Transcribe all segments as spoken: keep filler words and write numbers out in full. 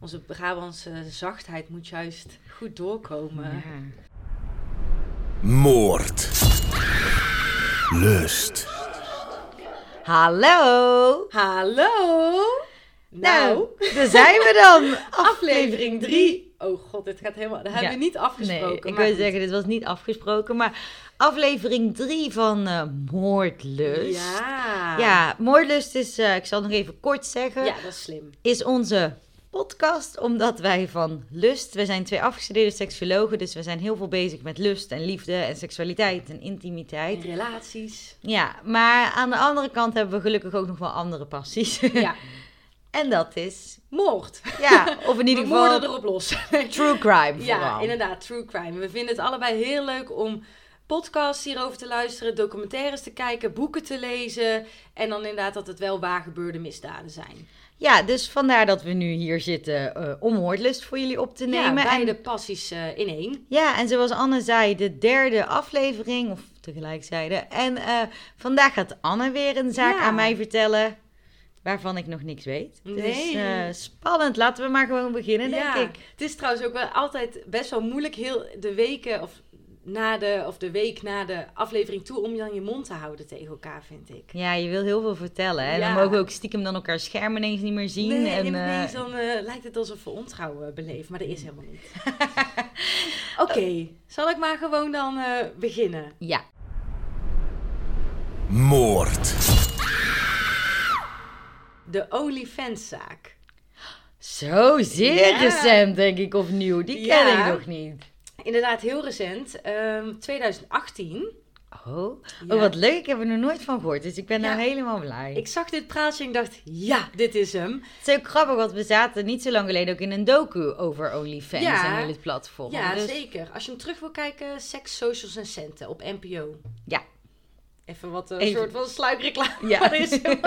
Onze Brabantse zachtheid moet juist goed doorkomen. Ja. Moord. Lust. Hallo! Hallo! Nou, daar zijn we dan. Aflevering drie. Oh god, dit gaat helemaal... Dat hebben Ja. we niet afgesproken. Nee, ik maar wil goed. zeggen, dit was niet afgesproken, maar aflevering drie van uh, Moordlust. Ja. Ja, Moordlust is, uh, ik zal nog even kort zeggen, Ja, dat is slim. is onze podcast, omdat wij van lust, we zijn twee afgestudeerde seksuologen, dus we zijn heel veel bezig met lust en liefde en seksualiteit en intimiteit. En relaties. Ja, maar aan de andere kant hebben we gelukkig ook nog wel andere passies. Ja. En dat is, Moord. ja, of in ieder We geval moorden erop los. true crime Ja, vooral. inderdaad, true crime. We vinden het allebei heel leuk om podcasts hierover te luisteren, documentaires te kijken, boeken te lezen. En dan inderdaad dat het wel waargebeurde misdaden zijn. Ja, dus vandaar dat we nu hier zitten uh, om Moordlust voor jullie op te nemen. Ja, beide en, passies uh, in één. ja, en zoals Anne zei, de derde aflevering, of tegelijk zeiden. En uh, vandaag gaat Anne weer een zaak Ja. aan mij vertellen, waarvan ik nog niks weet. Nee. Dus uh, spannend, laten we maar gewoon beginnen, Ja, denk ik. het is trouwens ook wel altijd best wel moeilijk heel de weken of na de of de week na de aflevering toe om dan je mond te houden tegen elkaar, vind ik. Ja, je wil heel veel vertellen. Hè? Ja. Dan mogen we ook stiekem dan elkaar scherm ineens niet meer zien. Nee, en, ineens uh, dan uh, lijkt het alsof we ontrouw uh, beleven, maar dat is helemaal niet. Oké, okay, zal ik maar gewoon dan uh, beginnen? Ja. Moord. De OnlyFans-zaak. Zo, zeer Ja. recent denk ik, of nieuw. Die ken Ja. ik nog niet. Inderdaad, heel recent. Um, twintig achttien. Oh. Ja. oh, wat leuk. Ik heb er nog nooit van gehoord. Dus ik ben Ja. nou helemaal blij. Ik zag dit praatje en ik dacht, ja, dit is hem. Het is ook grappig, want we zaten niet zo lang geleden ook in een docu over OnlyFans Ja. en heel het platform. Ja, dus, zeker. Als je hem terug wil kijken, Seks, Socials en Centen op N P O. Ja. Even wat een Even. soort van sluikreclame. Ja. Wat is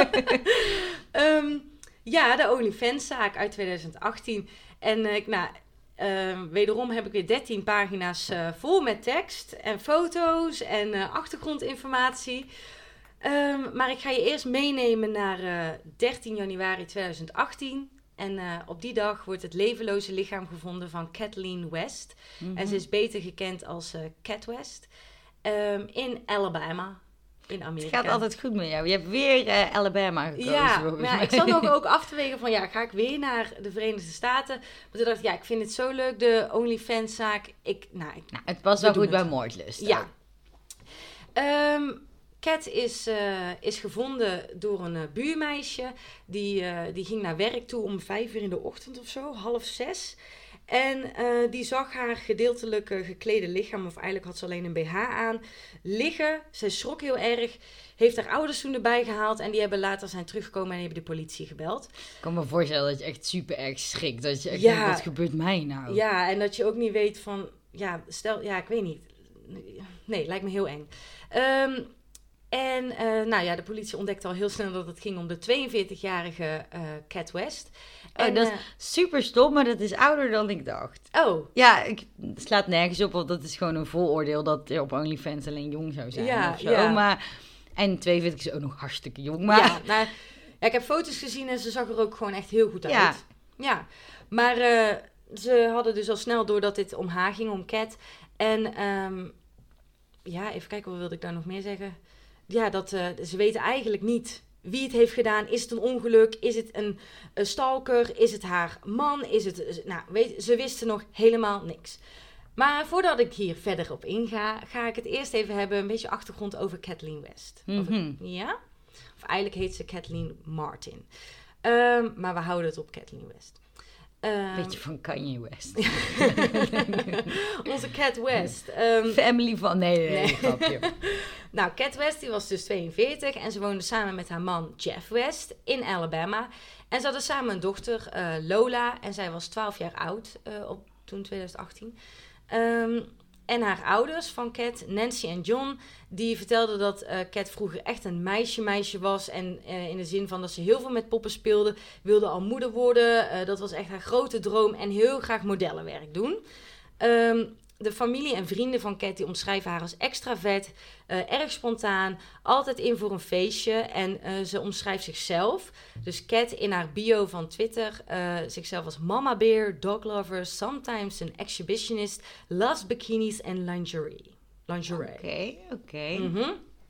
um, ja, de OnlyFans-zaak uit twintig achttien. En uh, ik, nou, uh, wederom heb ik weer dertien pagina's uh, vol met tekst en foto's en uh, achtergrondinformatie. Um, maar ik ga je eerst meenemen naar uh, dertien januari twintig achttien. En uh, op die dag wordt het levenloze lichaam gevonden van Kathleen West. mm-hmm. En ze is beter gekend als uh, Cat West. Um, in Alabama, in Amerika. Het gaat altijd goed met jou. Je hebt weer uh, Alabama gekozen. Ja, volgens maar ja, mij. ik zat nog ook af te wegen van, ja, ga ik weer naar de Verenigde Staten? Maar toen dacht ik, ja, ik vind het zo leuk, de OnlyFans-zaak. Ik, nou, ik, Nou, het was We wel doen goed bij het. Moordlust. ja. Um, Cat is, uh, is gevonden door een uh, buurmeisje. Die, uh, die ging naar werk toe om vijf uur in de ochtend of zo, half zes. En uh, die zag haar gedeeltelijk uh, geklede lichaam, of eigenlijk had ze alleen een B H aan, liggen. Zij schrok heel erg, heeft haar ouders toen erbij gehaald en die hebben later zijn teruggekomen en hebben de politie gebeld. Ik kan me voorstellen dat je echt super erg schrikt. Dat je echt Ja. denkt, wat gebeurt mij nou? Ja, en dat je ook niet weet van, ja, stel, ja, ik weet niet. Nee, lijkt me heel eng. Um, en uh, nou ja, de politie ontdekte al heel snel dat het ging om de tweeënveertigjarige uh, Cat West. Oh, En, dat is uh, super stom, maar dat is ouder dan ik dacht. oh, Ja, ik, het slaat nergens op, want dat is gewoon een vooroordeel dat er op OnlyFans alleen jong zou zijn. Ja, of zo. ja. Maar, en tweeënveertig is ook nog hartstikke jong. Maar ja, nou, ja, ik heb foto's gezien en ze zag er ook gewoon echt heel goed uit. Ja. Ja, maar uh, ze hadden dus al snel door dat dit om haar ging, om Cat. En um, ja, even kijken, wat wilde ik daar nog meer zeggen? Ja, dat uh, ze weten eigenlijk niet wie het heeft gedaan. Is het een ongeluk? Is het een, een stalker? Is het haar man? Is het, nou, weet, ze wisten nog helemaal niks. Maar voordat ik hier verder op inga, ga ik het eerst even hebben, een beetje achtergrond over Kathleen West. Mm-hmm. Of, ja? Of eigenlijk heet ze Kathleen Martin. Um, maar we houden het op Kathleen West. Um, beetje van Kanye West. Onze Cat West. Um, Family van... Nee, nee, nee, Nee. grapje. nou, Cat West die was dus tweeënveertig en ze woonde samen met haar man Jeff West in Alabama. En ze hadden samen een dochter, uh, Lola, en zij was twaalf jaar oud uh, op, toen twintig achttien. Um, en haar ouders van Cat, Nancy en John, die vertelden dat uh, Cat vroeger echt een meisje-meisje was. En uh, in de zin van dat ze heel veel met poppen speelde, wilde al moeder worden. Uh, dat was echt haar grote droom en heel graag modellenwerk doen. Um, de familie en vrienden van Kat die omschrijven haar als extravert, uh, erg spontaan, altijd in voor een feestje. En uh, ze omschrijft zichzelf, dus Kat in haar bio van Twitter, uh, zichzelf als mama bear, dog lover, sometimes an exhibitionist, loves bikinis en lingerie. Lingerie. Oké, okay, oké. Okay. Mm-hmm.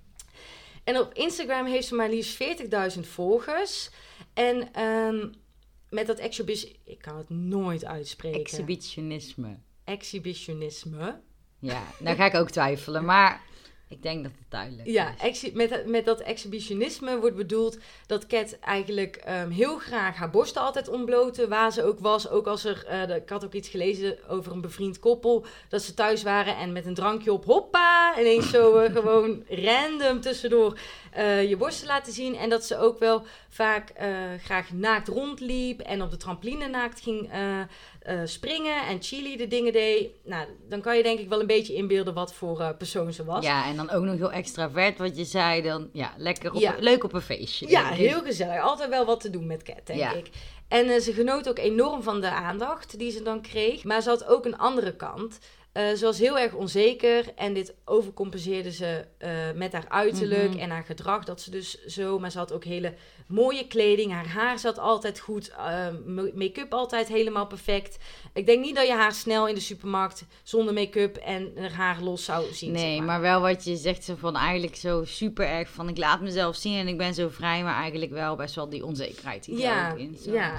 En op Instagram heeft ze maar liefst veertigduizend volgers. En um, met dat exhibition... Ik kan het nooit uitspreken. Exhibitionisme. Exhibitionisme. Ja, daar ga ik ook twijfelen, maar ik denk dat het duidelijk ja, is. Exhi- met, met dat exhibitionisme wordt bedoeld dat Kat eigenlijk um, heel graag haar borsten altijd ontbloten, waar ze ook was. Ook als er, uh, de, ik had ook iets gelezen over een bevriend koppel, dat ze thuis waren en met een drankje op, hoppa, ineens zo uh, gewoon random tussendoor uh, je borsten laten zien. En dat ze ook wel vaak uh, graag naakt rondliep en op de trampoline naakt ging uh, uh, springen en chili de dingen deed. Nou, dan kan je denk ik wel een beetje inbeelden wat voor uh, persoon ze was. Ja, en dan ook nog heel extravert wat je zei. Dan ja, lekker op, ja. leuk op een feestje. Ja, heel gezellig. Altijd wel wat te doen met Kat, denk ja. ik. En uh, ze genoot ook enorm van de aandacht die ze dan kreeg. Maar ze had ook een andere kant. Uh, ze was heel erg onzeker en dit overcompenseerde ze uh, met haar uiterlijk mm-hmm. en haar gedrag. Dat ze dus zo, maar ze had ook hele mooie kleding. Haar haar zat altijd goed, uh, make-up altijd helemaal perfect. Ik denk niet dat je haar snel in de supermarkt zonder make-up en haar haar los zou zien. Nee, zeg maar. maar wel wat je zegt, zo van eigenlijk zo super erg van ik laat mezelf zien en ik ben zo vrij, maar eigenlijk wel best wel die onzekerheid die ja, er ook in zat. Ja,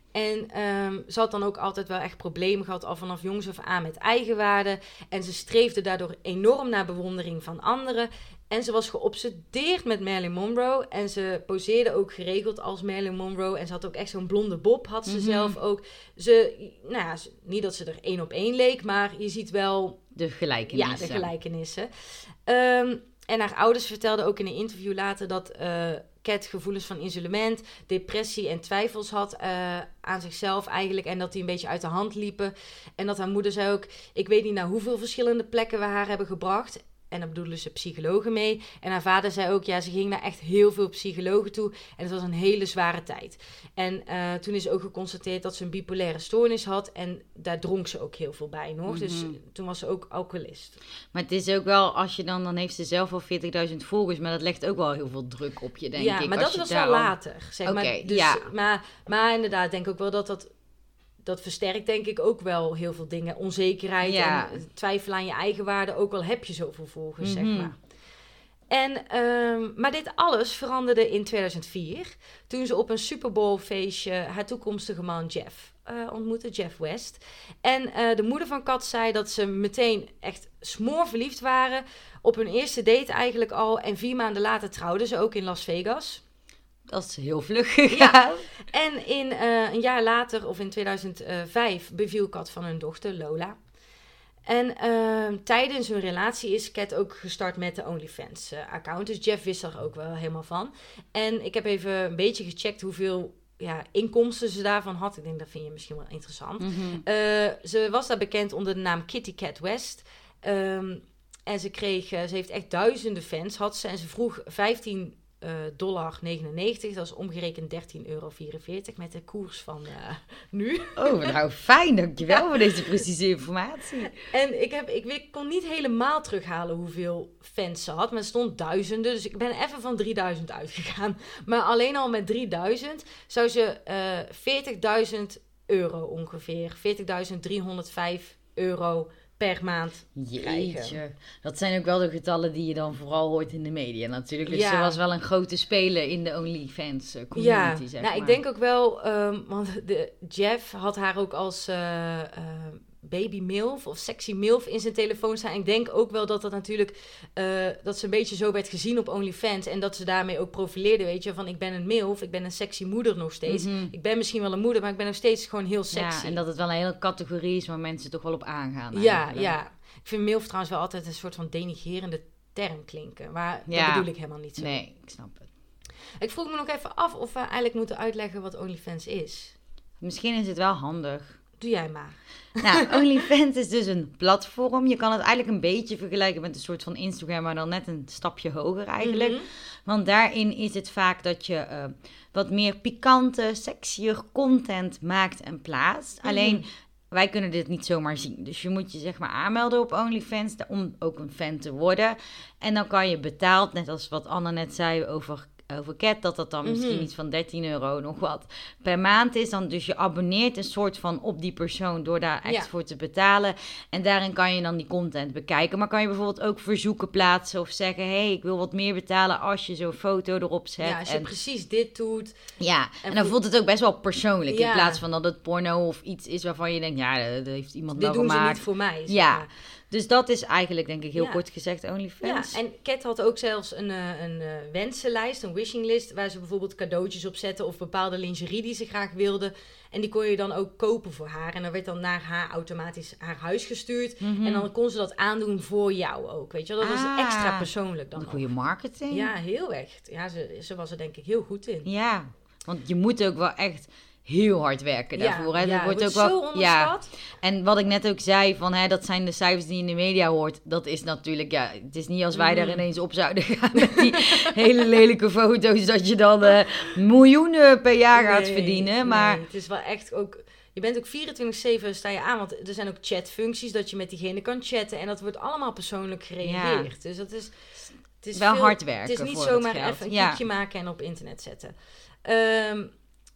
en um, ze had dan ook altijd wel echt problemen gehad, al vanaf jongs af aan, met eigenwaarde. En ze streefde daardoor enorm naar bewondering van anderen. En ze was geobsedeerd met Marilyn Monroe. En ze poseerde ook geregeld als Marilyn Monroe. En ze had ook echt zo'n blonde bob, had ze mm-hmm. zelf ook. Ze, nou ja, niet dat ze er één op één leek, maar je ziet wel... De gelijkenissen. Ja, de gelijkenissen. Um, en haar ouders vertelden ook in een interview later dat... Uh, Kat gevoelens van isolement, depressie en twijfels had uh, aan zichzelf eigenlijk. En dat die een beetje uit de hand liepen. En dat haar moeder zei ook, ik weet niet naar hoeveel verschillende plekken we haar hebben gebracht. En daar bedoelen ze psychologen mee. En haar vader zei ook, ja, ze ging naar echt heel veel psychologen toe. En het was een hele zware tijd. En uh, toen is ook geconstateerd dat ze een bipolaire stoornis had. En daar dronk ze ook heel veel bij nog. Mm-hmm. Dus toen was ze ook alcoholist. Maar het is ook wel, als je dan, dan heeft ze zelf al veertigduizend volgers. Maar dat legt ook wel heel veel druk op je, denk ja, ik. Ja, maar dat was daarom... wel later, zeg okay, maar. Dus, ja. maar. Maar inderdaad, denk ik ook wel dat dat... Dat versterkt denk ik ook wel heel veel dingen. Onzekerheid ja. en twijfel aan je eigen waarde. Ook al heb je zoveel volgers, mm-hmm. zeg maar. En, um, maar dit alles veranderde in tweeduizend vier. Toen ze op een Super Bowl feestje haar toekomstige man Jeff uh, ontmoette. Jeff West. En uh, de moeder van Kat zei dat ze meteen echt smoorverliefd waren. Op hun eerste date eigenlijk al. En vier maanden later trouwden ze ook in Las Vegas. Dat is heel vlug gegaan. Ja. En in, uh, een jaar later, of in tweeduizend vijf, beviel Kat van hun dochter Lola. En uh, tijdens hun relatie is Kat ook gestart met de OnlyFans-account. Uh, dus Jeff wist er ook wel helemaal van. En ik heb even een beetje gecheckt hoeveel ja, inkomsten ze daarvan had. Ik denk, dat vind je misschien wel interessant. Mm-hmm. Uh, ze was daar bekend onder de naam Kitty Cat West. Um, en ze kreeg, ze heeft echt duizenden fans, had ze. En ze vroeg vijftien dollar negenennegentig, dat is omgerekend dertien euro vierenveertig met de koers van uh, nu. Oh, nou fijn, dankjewel ja. voor deze precieze informatie. En ik, heb, ik, ik kon niet helemaal terughalen hoeveel fans ze had, maar er stond duizenden, dus ik ben even van drieduizend uitgegaan. Maar alleen al met drieduizend zou ze uh, veertigduizend euro ongeveer, veertigduizend driehonderdvijf euro per maand krijgen. Jeetje. Dat zijn ook wel de getallen die je dan vooral hoort in de media natuurlijk. Dus ja. ze was wel een grote speler in de OnlyFans community, ja. zeg nou, maar. Ik denk ook wel, um, want de Jeff had haar ook als uh, uh, baby milf of sexy milf in zijn telefoon staan. Ik denk ook wel dat dat natuurlijk, uh, dat ze een beetje zo werd gezien op OnlyFans en dat ze daarmee ook profileerde, weet je, van ik ben een milf, ik ben een sexy moeder nog steeds. Mm-hmm. Ik ben misschien wel een moeder, maar ik ben nog steeds gewoon heel sexy. Ja, en dat het wel een hele categorie is waar mensen toch wel op aangaan. Ja, eigenlijk. ja. Ik vind milf trouwens wel altijd een soort van denigrerende term klinken, maar ja. dat bedoel ik helemaal niet zo. Nee, ik snap het. Ik vroeg me nog even af of we eigenlijk moeten uitleggen wat OnlyFans is. Misschien is het wel handig. Doe jij maar. Nou, OnlyFans is dus een platform. Je kan het eigenlijk een beetje vergelijken met een soort van Instagram, maar dan net een stapje hoger eigenlijk. Mm-hmm. Want daarin is het vaak dat je uh, wat meer pikante, sexier content maakt en plaatst. Mm-hmm. Alleen wij kunnen dit niet zomaar zien. Dus je moet je zeg maar aanmelden op OnlyFans om ook een fan te worden. En dan kan je betaald, net als wat Anne net zei over... over Cat, dat dat dan mm-hmm. misschien iets van dertien euro nog wat per maand is. Dan dus je abonneert een soort van op die persoon door daar echt ja. voor te betalen. En daarin kan je dan die content bekijken. Maar kan je bijvoorbeeld ook verzoeken plaatsen of zeggen, hé, hey, ik wil wat meer betalen als je zo'n foto erop zet. Ja, als je en, precies dit doet. Ja, en, en dan voelt het ook best wel persoonlijk. Ja. In plaats van dat het porno of iets is waarvan je denkt, ja, dat heeft iemand dit wel gemaakt. Dit doen ze niet voor mij. Zeg ja. maar. Dus dat is eigenlijk, denk ik, heel ja. kort gezegd OnlyFans. Ja, en Cat had ook zelfs een, uh, een uh, wensenlijst, een wishinglist, waar ze bijvoorbeeld cadeautjes op zetten of bepaalde lingerie die ze graag wilde. En die kon je dan ook kopen voor haar. En dan werd dan naar haar automatisch haar huis gestuurd. Mm-hmm. En dan kon ze dat aandoen voor jou ook, weet je wel. Dat ah, was extra persoonlijk dan. Een goede marketing. Ja, heel echt. Ja, ze, ze was er denk ik heel goed in. Ja, want je moet ook wel echt... heel hard werken daarvoor. Ja, hè. Dat ja, wordt ook zo wel onderschat. Ja. En wat ik net ook zei, van hè, dat zijn de cijfers die je in de media hoort. Dat is natuurlijk, ja, het is niet als wij mm. daar ineens op zouden gaan met die hele lelijke foto's, dat je dan uh, miljoenen per jaar nee, gaat verdienen. Maar nee, het is wel echt ook. Je bent ook vierentwintig zeven sta je aan, want er zijn ook chatfuncties dat je met diegene kan chatten en dat wordt allemaal persoonlijk gereageerd. Ja. Dus dat is, het is wel veel, hard werken. Het is niet voor zomaar het geld. even een ja. kliekje maken en op internet zetten. Um,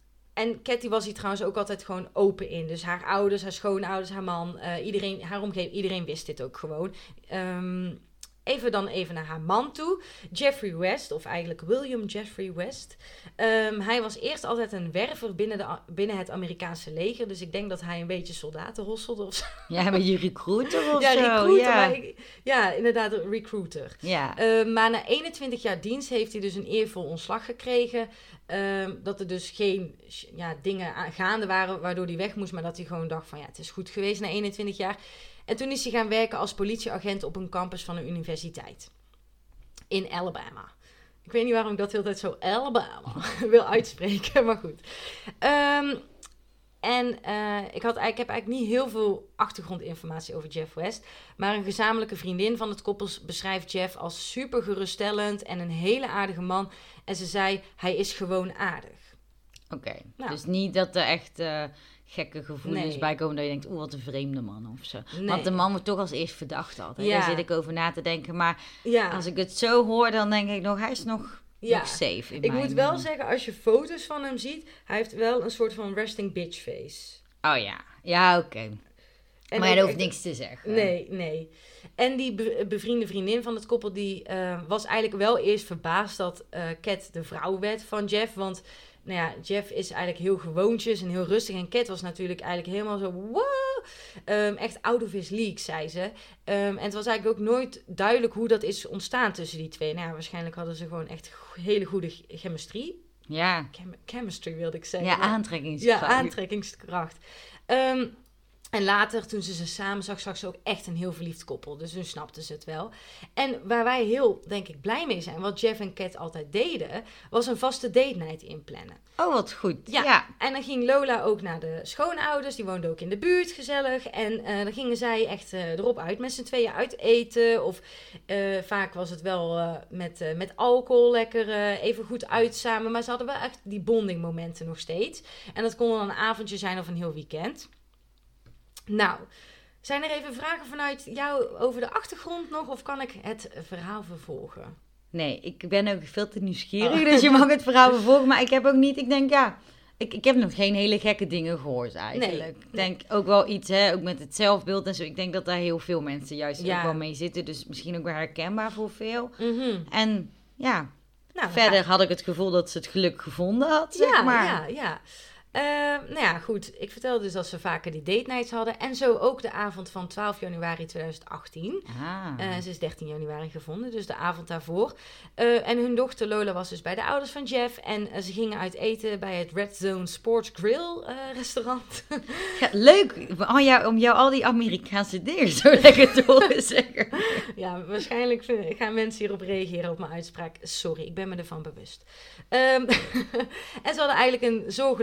En Cathy was hier trouwens ook altijd gewoon open in. Dus haar ouders, haar schoonouders, haar man, uh, iedereen, haar omgeving, iedereen wist dit ook gewoon. Um, even dan even naar haar man toe. Jeffrey West, of eigenlijk William Jeffrey West. Um, hij was eerst altijd een werver binnen, de, binnen het Amerikaanse leger. Dus ik denk dat hij een beetje soldaten hosselde of zo. Ja, een beetje recruiter of ja, zo. Recruiter, ja, maar ik, ja, inderdaad een recruiter. Ja. Uh, maar na eenentwintig jaar dienst heeft hij dus een eervol ontslag gekregen. Um, dat er dus geen ja, dingen gaande waren waardoor hij weg moest. Maar dat hij gewoon dacht van ja, het is goed geweest na eenentwintig jaar. En toen is hij gaan werken als politieagent op een campus van een universiteit. In Alabama. Ik weet niet waarom ik dat de hele tijd zo Alabama wil uitspreken, maar goed. Um, en uh, ik, had, ik heb eigenlijk niet heel veel achtergrondinformatie over Jeff West. Maar een gezamenlijke vriendin van het koppel beschrijft Jeff als super geruststellend en een hele aardige man. En ze zei, hij is gewoon aardig. Oké, okay. nou. Dus niet dat er echt uh, gekke gevoelens nee. bij komen dat je denkt, oeh, wat een vreemde man of zo. Nee. Want de man wordt toch als eerst verdacht altijd. Ja. Daar zit ik over na te denken. Maar ja. als ik het zo hoor, dan denk ik nog, hij is nog... Ja, nog safe in ik mijn moet wel man. zeggen, als je foto's van hem ziet, hij heeft wel een soort van resting bitch face. Oh ja, ja oké. Okay. Maar je hoeft niks te zeggen. Nee, nee. En die be- bevriende vriendin van het koppel, die uh, was eigenlijk wel eerst verbaasd dat uh, Cat de vrouw werd van Jeff. Want nou ja, Jeff is eigenlijk heel gewoontjes en heel rustig. En Cat was natuurlijk eigenlijk helemaal zo, wow, um, echt out of his league, zei ze. Um, en het was eigenlijk ook nooit duidelijk hoe dat is ontstaan tussen die twee. Nou ja, waarschijnlijk hadden ze gewoon echt hele goede chemistrie. Ja. Chem- chemistry wilde ik zeggen. Ja, aantrekkingskracht. Ja, aantrekkingskracht. Um, En later, toen ze ze samen zag, zag ze ook echt een heel verliefd koppel. Dus toen snapte ze het wel. En waar wij heel, denk ik, blij mee zijn, wat Jeff en Cat altijd deden, was een vaste date night inplannen. Oh, wat goed. Ja. ja. En dan ging Lola ook naar de schoonouders. Die woonden ook in de buurt, gezellig. En uh, dan gingen zij echt uh, erop uit met z'n tweeën uit eten. Of uh, vaak was het wel uh, met, uh, met alcohol lekker uh, even goed uit samen. Maar ze hadden wel echt die bonding momenten nog steeds. En dat kon dan een avondje zijn of een heel weekend. Nou, zijn er even vragen vanuit jou over de achtergrond nog? Of kan ik het verhaal vervolgen? Nee, ik ben ook veel te nieuwsgierig. Oh. Dus je mag het verhaal vervolgen. Maar ik heb ook niet, ik denk ja... Ik, ik heb nog geen hele gekke dingen gehoord eigenlijk. Nee, ik denk nee. ook wel iets, hè, ook met het zelfbeeld en zo. Ik denk dat daar heel veel mensen juist ja. ook wel mee zitten. Dus misschien ook wel herkenbaar voor veel. Mm-hmm. En ja, nou, verder ja. had ik het gevoel dat ze het geluk gevonden had, zeg ja, maar. Ja, ja. Uh, nou ja, goed. Ik vertelde dus dat ze vaker die date nights hadden. En zo ook de avond van twaalf januari tweeduizend achttien. Ah. Uh, ze is dertien januari gevonden, dus de avond daarvoor. Uh, en hun dochter Lola was dus bij de ouders van Jeff. En uh, ze gingen uit eten bij het Red Zone Sports Grill uh, restaurant. Ja, leuk oh, ja, om jou al die Amerikaanse dingen zo lekker te horen zeggen. Ja, waarschijnlijk gaan mensen hierop reageren op mijn uitspraak. Sorry, ik ben me ervan bewust. Um, en ze hadden eigenlijk een zorgeloze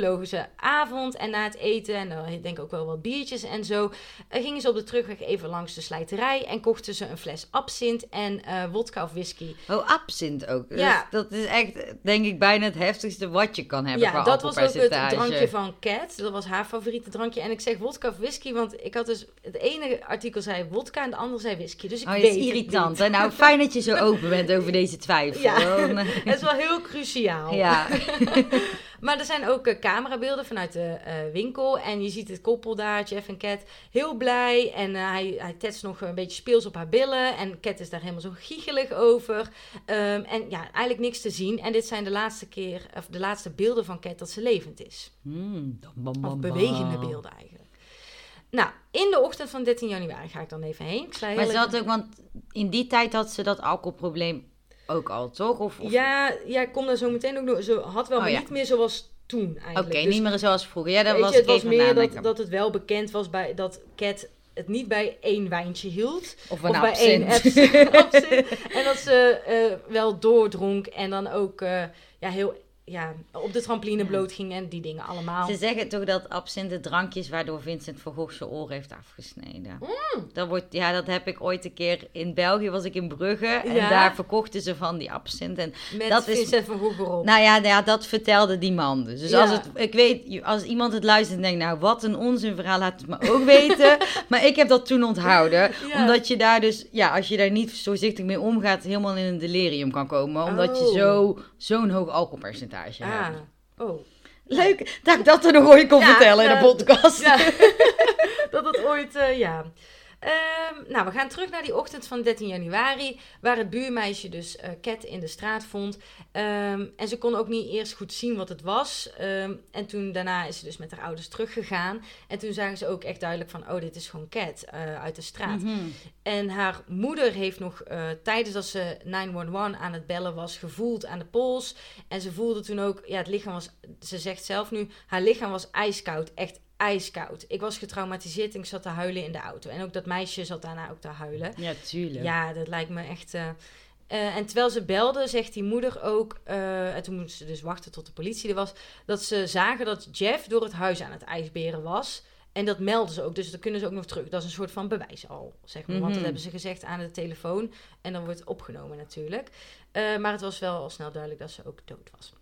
avond. En na het eten, en dan denk ik ook wel wat biertjes en zo, uh, gingen ze op de terugweg even langs de slijterij en kochten ze een fles absint en uh, wodka of whisky. Oh, absint ook. Ja. Dus dat is echt, denk ik, bijna het heftigste wat je kan hebben ja, qua dat was ook het alcoholpercentage. drankje van Kat. Dat was haar favoriete drankje. En ik zeg wodka of whisky, want ik had dus... Het ene artikel zei wodka en de andere zei whisky. Dus ik oh, weet het is irritant. Hè? Nou, fijn dat je zo open bent over deze twijfel. Ja, het is wel heel cruciaal. Ja. Maar er zijn ook uh, camerabeelden vanuit de uh, winkel. En je ziet het koppel daar, Jeff en Kat, heel blij. En uh, hij, hij tetst nog een beetje speels op haar billen. En Kat is daar helemaal zo giechelig over. Um, en ja, eigenlijk niks te zien. En dit zijn de laatste keer, of de laatste beelden van Kat dat ze levend is. Hmm, bam, bam, of bewegende bam. beelden eigenlijk. Nou, in de ochtend van dertien januari ga ik dan even heen. Ik maar ze had ook, want in die tijd had ze dat alcoholprobleem ook al, toch? Of, of... Ja, ja, ik kom daar zo meteen ook nog. Ze had wel, oh, maar ja. niet meer zoals toen eigenlijk. Oké, okay, dus, niet meer zoals vroeger. Ja, dat weet was je, het ik was even meer nadenken. dat, dat het wel bekend was bij, dat Kat het niet bij één wijntje hield. Of een of absint. bij één absint. En dat ze uh, wel doordronk en dan ook uh, ja, heel... Ja, op de trampoline bloot ging en die dingen allemaal. Ze zeggen toch dat absinthe drankjes waardoor Vincent van Gogh zijn oor heeft afgesneden. Mm. Dat wordt, ja, dat heb ik ooit een keer in België, was ik in Brugge. En ja? daar verkochten ze van die absint. En met dat Vincent is, van Gogh erop. Nou ja, ja, dat vertelde die man dus. Dus ja. als, het, ik weet, als iemand het luistert en denkt, nou wat een onzin verhaal, laat het me ook weten. Maar ik heb dat toen onthouden. Ja. Omdat je daar dus, ja, als je daar niet voorzichtig mee omgaat, helemaal in een delirium kan komen. Omdat oh. je zo, zo'n hoog alcoholpercentage ah. hebt. Oh. Leuk dat ik dat er nog ooit kon ja, vertellen uh, in de podcast. Ja. Dat het ooit, uh, ja. Um, nou, we gaan terug naar die ochtend van dertien januari, waar het buurmeisje dus uh, Kat in de straat vond. Um, en ze kon ook niet eerst goed zien wat het was. Um, en toen daarna is ze dus met haar ouders teruggegaan. En toen zagen ze ook echt duidelijk van, oh, dit is gewoon Kat uh, uit de straat. Mm-hmm. En haar moeder heeft nog uh, tijdens dat ze negen een een aan het bellen was, gevoeld aan de pols. En ze voelde toen ook, ja, het lichaam was, ze zegt zelf nu, haar lichaam was ijskoud, echt ijskoud. Ik was getraumatiseerd en ik zat te huilen in de auto. En ook dat meisje zat daarna ook te huilen. Ja, tuurlijk. Ja, dat lijkt me echt... Uh, uh, en terwijl ze belde, zegt die moeder ook... Uh, en toen moest ze dus wachten tot de politie er was... dat ze zagen dat Jeff door het huis aan het ijsberen was. En dat melden ze ook. Dus dat kunnen ze ook nog terug. Dat is een soort van bewijs al, zeg maar. Mm-hmm. Want dat hebben ze gezegd aan de telefoon. En dan wordt het opgenomen natuurlijk. Uh, maar het was wel al snel duidelijk dat ze ook dood was.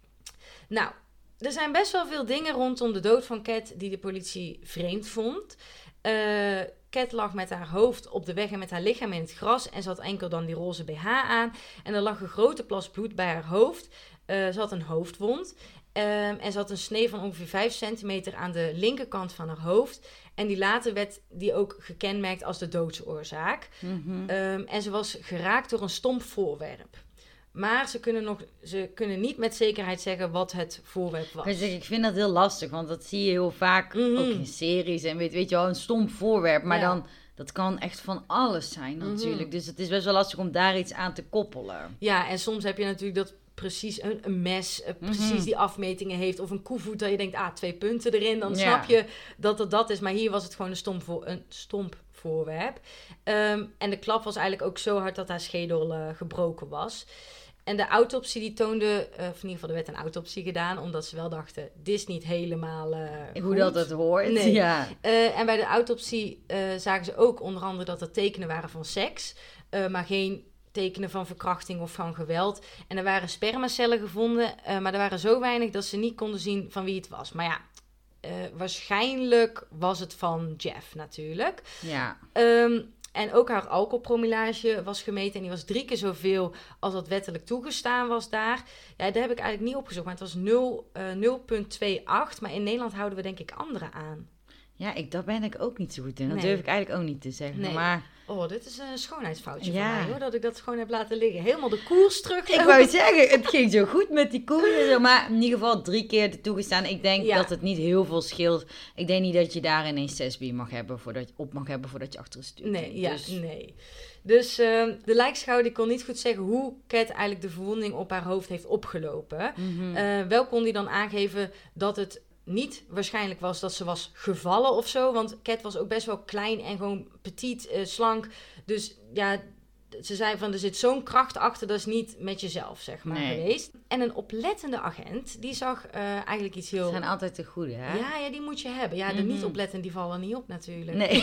Nou... Er zijn best wel veel dingen rondom de dood van Kat die de politie vreemd vond. Uh, Kat lag met haar hoofd op de weg en met haar lichaam in het gras. En ze had enkel dan die roze B H aan. En er lag een grote plas bloed bij haar hoofd. Uh, ze had een hoofdwond. Um, en ze had een snee van ongeveer vijf centimeter aan de linkerkant van haar hoofd. En die later werd die ook gekenmerkt als de doodsoorzaak. Mm-hmm. Um, en ze was geraakt door een stomp voorwerp. Maar ze kunnen, nog, ze kunnen niet met zekerheid zeggen wat het voorwerp was. Ik vind dat heel lastig, want dat zie je heel vaak mm-hmm. ook in series. En weet, weet je wel, een stom voorwerp. Maar ja. dan, dat kan echt van alles zijn natuurlijk. Mm-hmm. Dus het is best wel lastig om daar iets aan te koppelen. Ja, en soms heb je natuurlijk dat precies een, een mes, uh, precies mm-hmm. die afmetingen heeft. Of een koevoet dat je denkt, ah, twee punten erin. Dan ja. snap je dat het dat is. Maar hier was het gewoon een stomp, voor, een stomp voorwerp. Um, en de klap was eigenlijk ook zo hard dat haar schedel uh, gebroken was. En de autopsie die toonde, uh, of in ieder geval er werd een autopsie gedaan, omdat ze wel dachten, dit is niet helemaal uh, hoe dat het hoort. Nee. Ja. Uh, en bij de autopsie uh, zagen ze ook onder andere dat er tekenen waren van seks, uh, maar geen tekenen van verkrachting of van geweld. En er waren spermacellen gevonden, uh, maar er waren zo weinig dat ze niet konden zien van wie het was. Maar ja, uh, waarschijnlijk was het van Jeff natuurlijk. Ja. Um, En ook haar alcoholpromillage was gemeten. En die was drie keer zoveel als dat wettelijk toegestaan was daar. Ja, daar heb ik eigenlijk niet opgezocht. Maar het was nul komma tweeëntwintig. Maar in Nederland houden we denk ik andere aan. Ja, ik, daar ben ik ook niet zo goed in. Dat nee. durf ik eigenlijk ook niet te zeggen. Nee. Maar... Oh, dit is een schoonheidsfoutje ja. van mij, hoor. Dat ik dat gewoon heb laten liggen. Helemaal de koers terug. Ik wou zeggen, het ging zo goed met die koers en zo. Maar in ieder geval drie keer toegestaan. Ik denk ja. dat het niet heel veel scheelt. Ik denk niet dat je daar ineens zes bier mag hebben voordat je op mag hebben voordat je achter de stuur Nee, ja, dus... nee. Dus uh, de lijkschouwer die kon niet goed zeggen hoe Kat eigenlijk de verwonding op haar hoofd heeft opgelopen. Mm-hmm. Uh, wel kon hij dan aangeven dat het niet waarschijnlijk was dat ze was gevallen of zo. Want Kat was ook best wel klein en gewoon petit, uh, slank. Dus ja, ze zei van, er zit zo'n kracht achter, dat is niet met jezelf, zeg maar, nee. geweest. En een oplettende agent, die zag uh, eigenlijk iets heel... Dat zijn altijd de goede, hè? Ja, ja, die moet je hebben. Ja, de mm-hmm. niet oplettenden, die vallen niet op natuurlijk. Nee.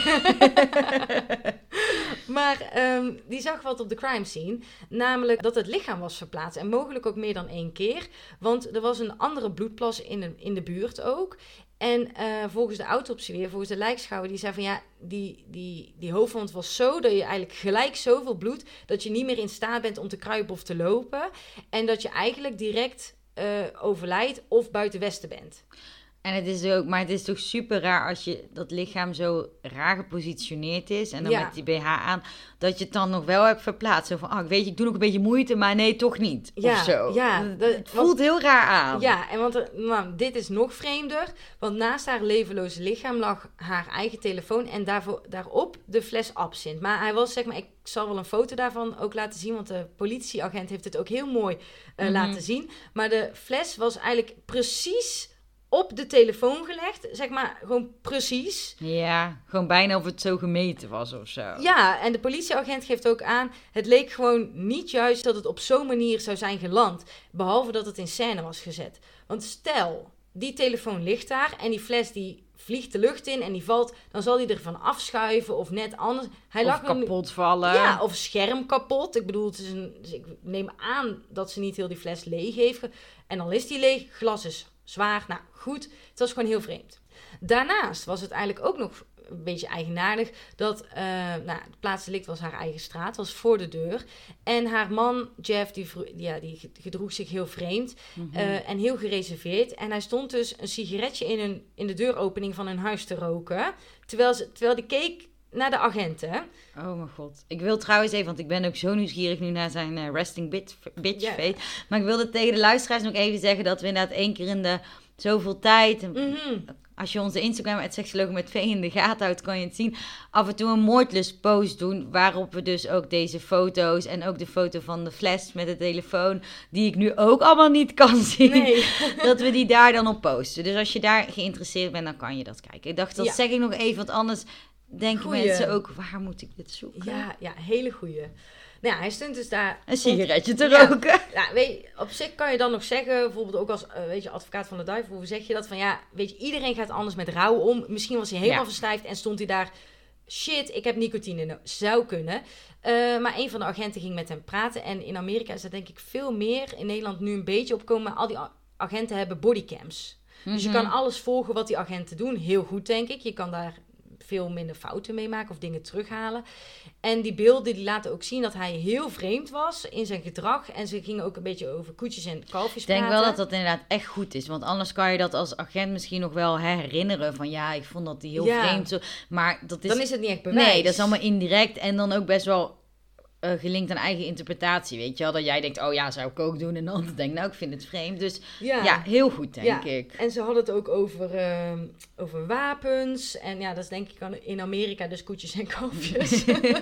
Maar um, die zag wat op de crime scene. Namelijk dat het lichaam was verplaatst. En mogelijk ook meer dan één keer. Want er was een andere bloedplas in de, in de buurt ook. En uh, volgens de autopsie weer, volgens de lijkschouwer, die zei van ja, die, die, die hoofdwond was zo dat je eigenlijk gelijk zoveel bloed, dat je niet meer in staat bent om te kruipen of te lopen. En dat je eigenlijk direct uh, overlijdt of buiten Westen bent. En het is ook, maar het is toch super raar als je dat lichaam zo raar gepositioneerd is. En dan ja. met die B H aan, dat je het dan nog wel hebt verplaatst. Zo van, ah, ik weet je, ik doe nog een beetje moeite, maar nee, toch niet. Ja, of zo. Ja, dat, het voelt want, heel raar aan. Ja, en want er, nou, dit is nog vreemder. Want naast haar levenloze lichaam lag haar eigen telefoon en daarvoor, daarop de fles absint. Maar hij was, zeg maar, ik zal wel een foto daarvan ook laten zien, want de politieagent heeft het ook heel mooi uh, mm-hmm. laten zien. Maar de fles was eigenlijk precies op de telefoon gelegd, zeg maar, gewoon precies. Ja, gewoon bijna of het zo gemeten was of zo. Ja, en de politieagent geeft ook aan, het leek gewoon niet juist dat het op zo'n manier zou zijn geland, behalve dat het in scène was gezet. Want stel, die telefoon ligt daar en die fles die vliegt de lucht in en die valt, dan zal die ervan afschuiven of net anders. Hij of lag kapot een, vallen. Ja, of scherm kapot. Ik bedoel, het is een, dus ik neem aan dat ze niet heel die fles leeg heeft. En dan is die leeg, glas is zwaar, nou goed, het was gewoon heel vreemd. Daarnaast was het eigenlijk ook nog een beetje eigenaardig dat, uh, nou, het plaatsdelict was haar eigen straat, was voor de deur. En haar man, Jeff, die, ja, die gedroeg zich heel vreemd mm-hmm. uh, en heel gereserveerd. En hij stond dus een sigaretje in, een, in de deuropening van hun huis te roken, terwijl, ze, terwijl die keek naar de agenten. Oh mijn god. Ik wil trouwens even, want ik ben ook zo nieuwsgierig nu naar zijn uh, resting bitch, bitch yeah. face. Maar ik wilde tegen de luisteraars nog even zeggen dat we inderdaad één keer in de zoveel tijd, mm-hmm. als je onze Instagram at seksologen met V in de gaten houdt, kan je het zien, af en toe een moordlust post doen, waarop we dus ook deze foto's en ook de foto van de fles met de telefoon, die ik nu ook allemaal niet kan zien, nee. dat we die daar dan op posten. Dus als je daar geïnteresseerd bent, dan kan je dat kijken. Ik dacht, dat ja. zeg ik nog even, want anders denken goeie. mensen ook, waar moet ik dit zoeken? Ja, ja, hele goeie. Nou ja, hij stond dus daar... Een sigaretje te ja, roken. Ja, weet je, op zich kan je dan nog zeggen, bijvoorbeeld ook als uh, weet je, advocaat van de duivel, hoe zeg je dat? Van ja, weet je, iedereen gaat anders met rouw om. Misschien was hij helemaal ja. verstijfd en stond hij daar, shit, ik heb nicotine. Nou, zou kunnen. Uh, maar een van de agenten ging met hem praten. En in Amerika is dat denk ik veel meer. In Nederland nu een beetje opkomen. Maar al die agenten hebben bodycams. Mm-hmm. Dus je kan alles volgen wat die agenten doen. Heel goed, denk ik. Je kan daar veel minder fouten mee maken of dingen terughalen. En die beelden die laten ook zien dat hij heel vreemd was in zijn gedrag. En ze gingen ook een beetje over koetjes en kalfjes praten. Ik denk wel dat dat inderdaad echt goed is. Want anders kan je dat als agent misschien nog wel herinneren. Van ja, ik vond dat hij heel ja. vreemd. Zo. Maar dat is... Dan is het niet echt bewijs. Nee, dat is allemaal indirect. En dan ook best wel uh, gelinkt aan eigen interpretatie. Weet je wel? Dat jij denkt, oh ja, zou ik ook doen. En dan denk nou, ik vind het vreemd. Dus ja, ja heel goed, denk ja. ik. En ze hadden het ook over, uh, over wapens. En ja, dat is denk ik in Amerika dus koetjes en kalfjes.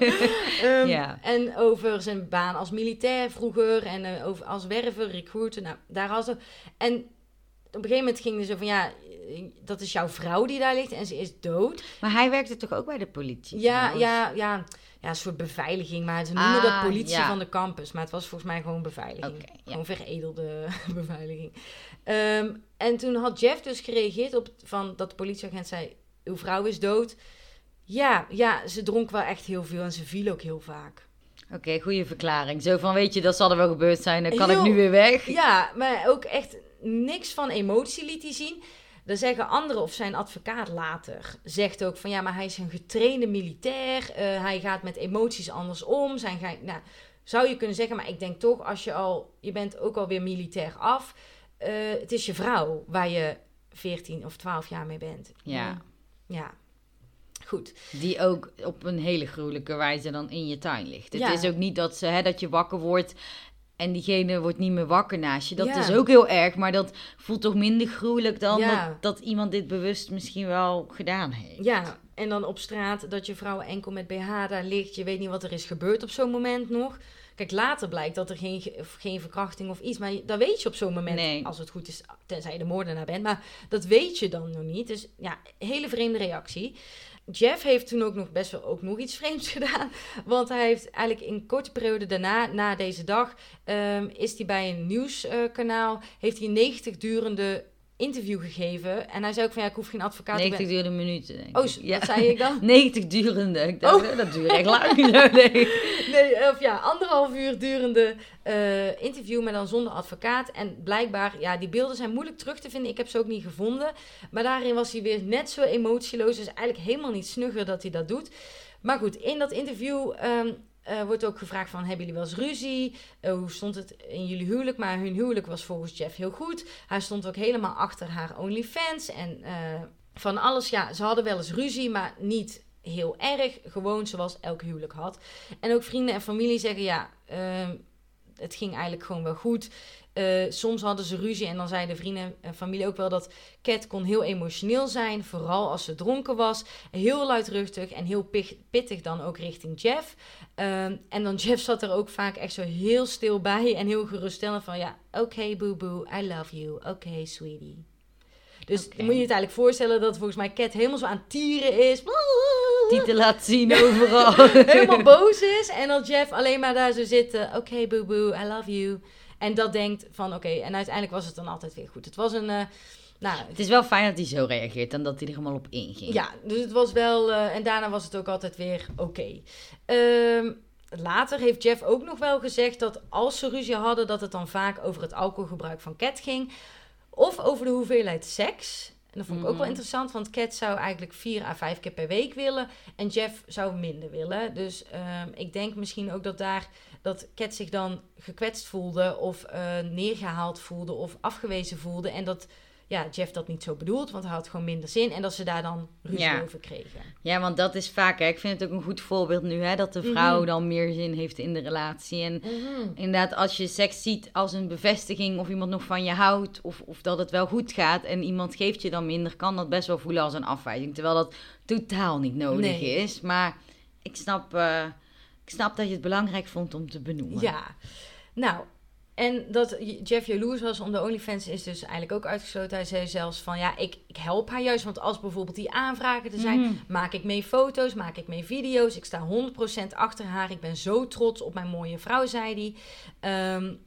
um, ja. En over zijn baan als militair vroeger. En uh, over als werver, recruiter. Nou, daar hadden ze... En op een gegeven moment ging ze van ja, dat is jouw vrouw die daar ligt en ze is dood. Maar hij werkte toch ook bij de politie? Ja, ja, ja, ja, een soort beveiliging. Maar ze noemen ah, dat politie ja. van de campus. Maar het was volgens mij gewoon beveiliging. Okay, ja. Gewoon veredelde beveiliging. Um, en toen had Jeff dus gereageerd op van dat de politieagent zei, uw vrouw is dood. Ja, ja, ze dronk wel echt heel veel en ze viel ook heel vaak. Oké, okay, goede verklaring. Zo van, weet je, dat zal er wel gebeurd zijn, dan kan heel, ik nu weer weg. Ja, maar ook echt niks van emotie liet hij zien. Dan zeggen anderen of zijn advocaat later zegt ook van ja, maar hij is een getrainde militair. Uh, hij gaat met emoties anders om. Zijn ga- nou, zou je kunnen zeggen, maar ik denk toch als je al, je bent ook alweer militair af. Uh, het is je vrouw waar je veertien of twaalf jaar mee bent. Ja. Ja. Goed. Die ook op een hele gruwelijke wijze dan in je tuin ligt. Het ja. is ook niet dat, ze, hè, dat je wakker wordt en diegene wordt niet meer wakker naast je. Dat ja. is ook heel erg, maar dat voelt toch minder gruwelijk dan ja. dat, dat iemand dit bewust misschien wel gedaan heeft. Ja, en dan op straat dat je vrouw enkel met B H daar ligt. Je weet niet wat er is gebeurd op zo'n moment nog. Kijk, later blijkt dat er geen, geen verkrachting of iets... maar dat weet je op zo'n moment, nee. als het goed is... tenzij je de moordenaar bent, maar dat weet je dan nog niet. Dus ja, hele vreemde reactie. Jeff heeft toen ook nog best wel ook nog iets vreemds gedaan. Want hij heeft eigenlijk in een korte periode daarna, na deze dag, um, is hij bij een nieuwskanaal, uh, heeft hij een negentig durende interview gegeven. En hij zei ook van, ja, ik hoef geen advocaat. negentig durende minuten, denk ik. Oh, ja. Wat zei ik dan? negentig durende. Ik dacht, oh. Dat duurt echt lang. nee. nee, of ja, anderhalf uur durende uh, interview, maar dan zonder advocaat. En blijkbaar, ja, die beelden zijn moeilijk terug te vinden. Ik heb ze ook niet gevonden. Maar daarin was hij weer net zo emotieloos. Dus eigenlijk helemaal niet snugger dat hij dat doet. Maar goed, in dat interview Um, Uh, wordt ook gevraagd van, hebben jullie wel eens ruzie? Uh, hoe stond het in jullie huwelijk? Maar hun huwelijk was volgens Jeff heel goed. Hij stond ook helemaal achter haar OnlyFans. En uh, van alles, ja, ze hadden wel eens ruzie, maar niet heel erg. Gewoon zoals elk huwelijk had. En ook vrienden en familie zeggen, ja, uh, het ging eigenlijk gewoon wel goed. Uh, soms hadden ze ruzie en dan zeiden vrienden en familie ook wel dat Kat kon heel emotioneel zijn. Vooral als ze dronken was. Heel luidruchtig en heel pittig dan ook richting Jeff. Uh, en dan Jeff zat er ook vaak echt zo heel stil bij en heel geruststellend van, ja, oké, okay, boo boo, I love you. Oké, okay, sweetie. Dus okay. Dan moet je je het eigenlijk voorstellen dat volgens mij Kat helemaal zo aan het tieren is. Tieten laat zien overal. Helemaal boos is. En dat Jeff alleen maar daar zo zit. Oké, okay, boo boo, I love you. En dat denkt van oké. Okay, en uiteindelijk was het dan altijd weer goed. Het was een... Uh, nou, het is wel fijn dat hij zo reageert en dat hij er helemaal op inging. Ja, dus het was wel... Uh, en daarna was het ook altijd weer oké. Okay. Um, later heeft Jeff ook nog wel gezegd dat als ze ruzie hadden, dat het dan vaak over het alcoholgebruik van Kat ging. Of over de hoeveelheid seks. En dat vond ik mm-hmm. ook wel interessant, want Kat zou eigenlijk vier à vijf keer per week willen. En Jeff zou minder willen. Dus um, ik denk misschien ook dat daar dat Kat zich dan gekwetst voelde of uh, neergehaald voelde of afgewezen voelde. En dat ja, Jeff dat niet zo bedoelt, want hij had gewoon minder zin. En dat ze daar dan ruzie ja. over kregen. Ja, want dat is vaak, hè, ik vind het ook een goed voorbeeld nu, hè, dat de vrouw mm-hmm. dan meer zin heeft in de relatie. En mm-hmm. inderdaad, als je seks ziet als een bevestiging of iemand nog van je houdt, of, of dat het wel goed gaat en iemand geeft je dan minder, kan dat best wel voelen als een afwijzing. Terwijl dat totaal niet nodig nee. is. Maar ik snap, uh, ik snap dat je het belangrijk vond om te benoemen. Ja, nou... En dat Jeff jaloers was om de OnlyFans is dus eigenlijk ook uitgesloten. Hij zei zelfs van, ja, ik, ik help haar juist. Want als bijvoorbeeld die aanvragen er zijn, mm. maak ik mee foto's, maak ik mee video's. Ik sta honderd procent achter haar. Ik ben zo trots op mijn mooie vrouw, zei hij. Um,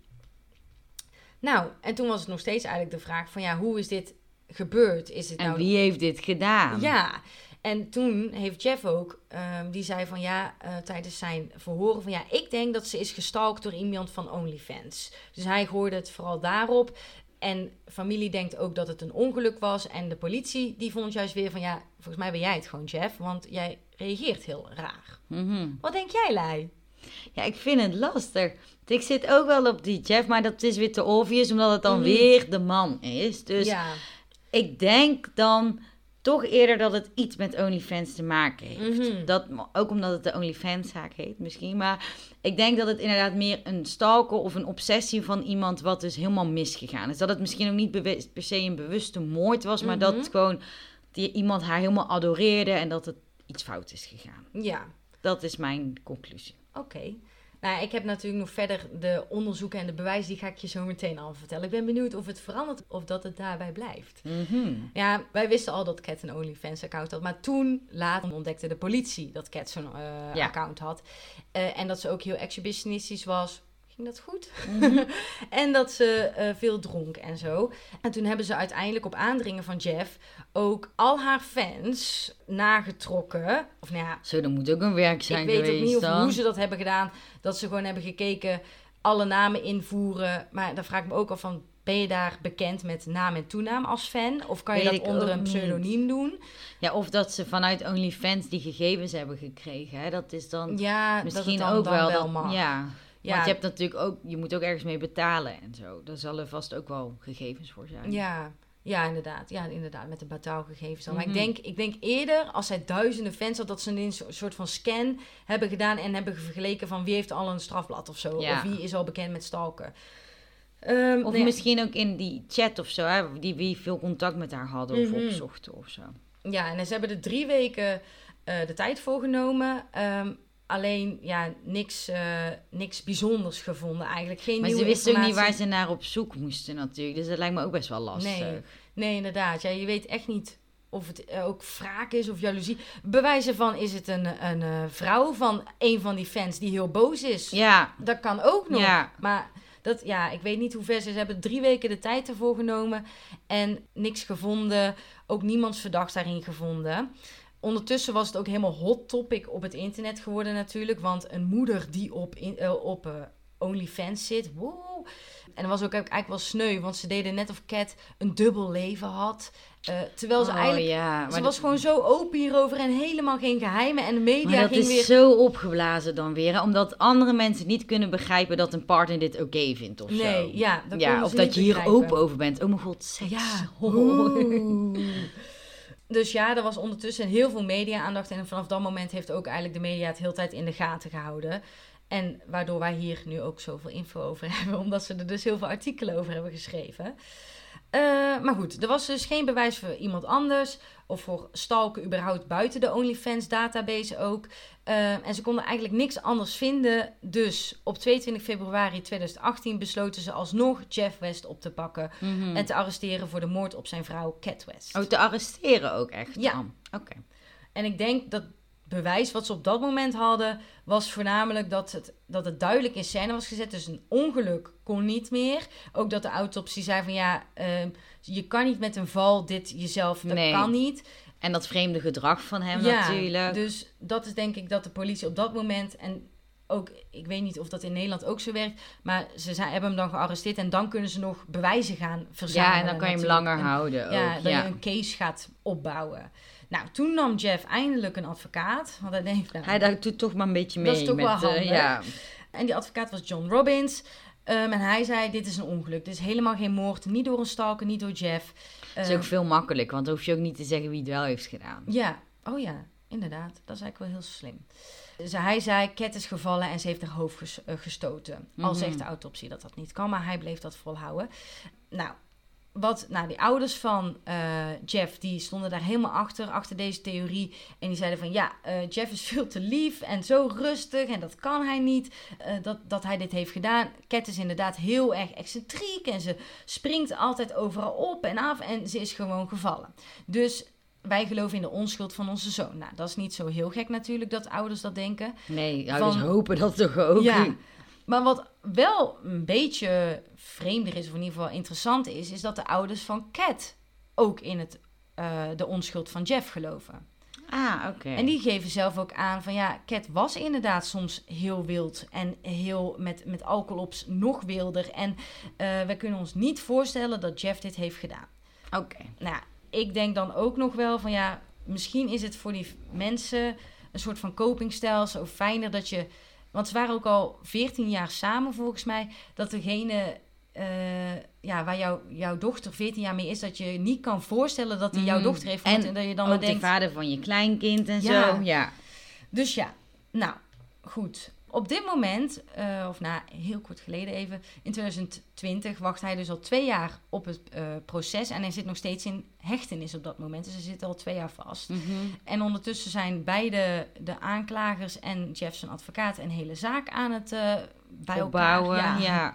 nou, en toen was het nog steeds eigenlijk de vraag van, ja, hoe is dit gebeurd? Is het en nou... wie heeft dit gedaan? Ja, en toen heeft Jeff ook, um, die zei van ja, uh, tijdens zijn verhoren van ja, ik denk dat ze is gestalkt door iemand van OnlyFans. Dus hij gooide het vooral daarop. En familie denkt ook dat het een ongeluk was. En de politie, die vond juist weer van ja, volgens mij ben jij het gewoon, Jeff. Want jij reageert heel raar. Mm-hmm. Wat denk jij, Lai? Ja, ik vind het lastig. Ik zit ook wel op die Jeff, maar dat is weer te obvious, omdat het dan mm-hmm. weer de man is. Dus ja. Ik denk dan toch eerder dat het iets met OnlyFans te maken heeft. Mm-hmm. Dat, ook omdat het de OnlyFans-zaak heet misschien. Maar ik denk dat het inderdaad meer een stalker of een obsessie van iemand wat dus helemaal misgegaan is. Dat het misschien ook niet bewust, per se een bewuste moord was, maar mm-hmm. dat het gewoon die, iemand haar helemaal adoreerde en dat het iets fout is gegaan. Ja. Dat is mijn conclusie. Oké. Okay. Nou, ik heb natuurlijk nog verder de onderzoeken en de bewijzen, die ga ik je zo meteen al vertellen. Ik ben benieuwd of het verandert of dat het daarbij blijft. Mm-hmm. Ja, wij wisten al dat Kat een OnlyFans-account had, maar toen, later ontdekte de politie dat Kat zo'n uh, ja. account had. Uh, en dat ze ook heel exhibitionistisch was. Ging dat goed? Mm-hmm. En dat ze uh, veel dronk en zo. En toen hebben ze uiteindelijk op aandringen van Jeff ook al haar fans nagetrokken. Of nou ja, zo, dat moet ook een werk zijn geweest. Ik weet geweest, ook niet of, dan. hoe ze dat hebben gedaan. Dat ze gewoon hebben gekeken, alle namen invoeren. Maar dan vraag ik me ook af van, ben je daar bekend met naam en toenaam als fan? Of kan je weet dat onder een pseudoniem niet. doen? Ja, of dat ze vanuit OnlyFans die gegevens hebben gekregen. Hè? Dat is dan ja, misschien dat dan, ook dan wel. wel dat, mag. Ja. Ja. Want je hebt natuurlijk ook, je moet ook ergens mee betalen en zo. Daar zullen vast ook wel gegevens voor zijn. Ja, ja inderdaad. Ja, inderdaad, met de betaalgegevens dan. Mm-hmm. Maar ik denk, ik denk eerder, als zij duizenden fans had, dat ze een soort van scan hebben gedaan en hebben vergeleken van wie heeft al een strafblad of zo. Ja. Of wie is al bekend met stalken. Um, of nee. misschien ook in die chat of zo, hè, die wie veel contact met haar hadden of mm-hmm. opzochten of zo. Ja, en ze hebben er drie weken uh, de tijd voor genomen. Um, Alleen, ja, niks, uh, niks bijzonders gevonden eigenlijk. Geen maar nieuwe ze wisten informatie. ook niet waar ze naar op zoek moesten natuurlijk. Dus dat lijkt me ook best wel lastig. Nee, nee inderdaad. Ja, je weet echt niet of het uh, ook wraak is of jaloezie. Bewijzen van, is het een, een uh, vrouw van een van die fans die heel boos is? Ja. Dat kan ook nog. Ja. Maar dat, ja, ik weet niet hoe ver ze, ze hebben drie weken de tijd ervoor genomen. En niks gevonden. Ook niemands verdacht daarin gevonden. Ondertussen was het ook helemaal hot topic op het internet geworden natuurlijk. Want een moeder die op, in, uh, op uh, OnlyFans zit. Wow. En dat was ook eigenlijk wel sneu. Want ze deden net of Kat een dubbel leven had. Uh, terwijl ze oh, eigenlijk... Ja, ze maar was dat... gewoon zo open hierover. En helemaal geen geheimen. En de media maar dat ging is weer... zo opgeblazen dan weer. Hè? Omdat andere mensen niet kunnen begrijpen dat een partner dit oké okay vindt of nee, zo. Ja, dat ja, of dat je hier begrijpen. Open over bent. Oh mijn god, seks. Ja. Oh. Dus ja, er was ondertussen heel veel media-aandacht. En vanaf dat moment heeft ook eigenlijk de media het heel tijd in de gaten gehouden. En waardoor wij hier nu ook zoveel info over hebben. Omdat ze er dus heel veel artikelen over hebben geschreven. Uh, maar goed, er was dus geen bewijs voor iemand anders. Of voor stalken überhaupt buiten de OnlyFans database ook. Uh, en ze konden eigenlijk niks anders vinden. Dus op tweeëntwintig februari tweeduizend achttien besloten ze alsnog Jeff West op te pakken. Mm-hmm. En te arresteren voor de moord op zijn vrouw Kat West. Oh, te arresteren ook echt? Ja. Oké. Okay. En ik denk dat bewijs wat ze op dat moment hadden, was voornamelijk dat het, dat het duidelijk in scène was gezet. Dus een ongeluk kon niet meer. Ook dat de autopsie zei van ja, uh, je kan niet met een val dit jezelf, dat nee. kan niet. En dat vreemde gedrag van hem ja, natuurlijk. Dus dat is denk ik dat de politie op dat moment, en ook, ik weet niet of dat in Nederland ook zo werkt, maar ze zijn, hebben hem dan gearresteerd en dan kunnen ze nog bewijzen gaan verzamelen. Ja, en dan kan je hem langer en, houden ook. Ja, dat ja. je een case gaat opbouwen. Nou, toen nam Jeff eindelijk een advocaat. Want hij denkt, nou, hij doet toch maar een beetje mee. Dat is toch met, wel handig. Uh, ja. En die advocaat was John Robbins. Um, en hij zei, dit is een ongeluk. Dit is helemaal geen moord. Niet door een stalker, niet door Jeff. Dat is um, ook veel makkelijk, want dan hoef je ook niet te zeggen wie het wel heeft gedaan. Ja, oh ja, inderdaad. Dat is eigenlijk wel heel slim. Dus hij zei, Kat is gevallen en ze heeft haar hoofd ges- uh, gestoten. Mm-hmm. Al zegt de autopsie dat dat niet kan, maar hij bleef dat volhouden. Nou, Wat, nou, die ouders van uh, Jeff, die stonden daar helemaal achter, achter deze theorie. En die zeiden van, ja, uh, Jeff is veel te lief en zo rustig en dat kan hij niet, uh, dat, dat hij dit heeft gedaan. Kat is inderdaad heel erg excentriek en ze springt altijd overal op en af en ze is gewoon gevallen. Dus wij geloven in de onschuld van onze zoon. Nou, dat is niet zo heel gek natuurlijk dat ouders dat denken. Nee, ouders van, hopen dat toch ook. Ja. Maar wat wel een beetje vreemder is, of in ieder geval interessant is, is dat de ouders van Kat ook in het, uh, de onschuld van Jeff geloven. Ah, oké. Okay. En die geven zelf ook aan van ja, Kat was inderdaad soms heel wild en heel met, met alcohol op nog wilder. En uh, we kunnen ons niet voorstellen dat Jeff dit heeft gedaan. Oké. Okay. Nou, ik denk dan ook nog wel van ja, misschien is het voor die mensen een soort van copingstijl zo fijner dat je... Want ze waren ook al veertien jaar samen volgens mij. Dat degene uh, ja, waar jou, jouw dochter veertien jaar mee is, dat je niet kan voorstellen dat hij jouw dochter heeft vermoord. En, en dat je dan ook maar de denkt, vader van je kleinkind en ja. zo. Ja. Dus ja, nou goed. Op dit moment, uh, of nou heel kort geleden even, in twintig twintig wacht hij dus al twee jaar op het uh, proces. En hij zit nog steeds in hechtenis op dat moment. Dus hij zit al twee jaar vast. Mm-hmm. En ondertussen zijn beide de aanklagers en Jeff zijn advocaat een hele zaak aan het uh, bij opbouwen. elkaar. Ja. Ja.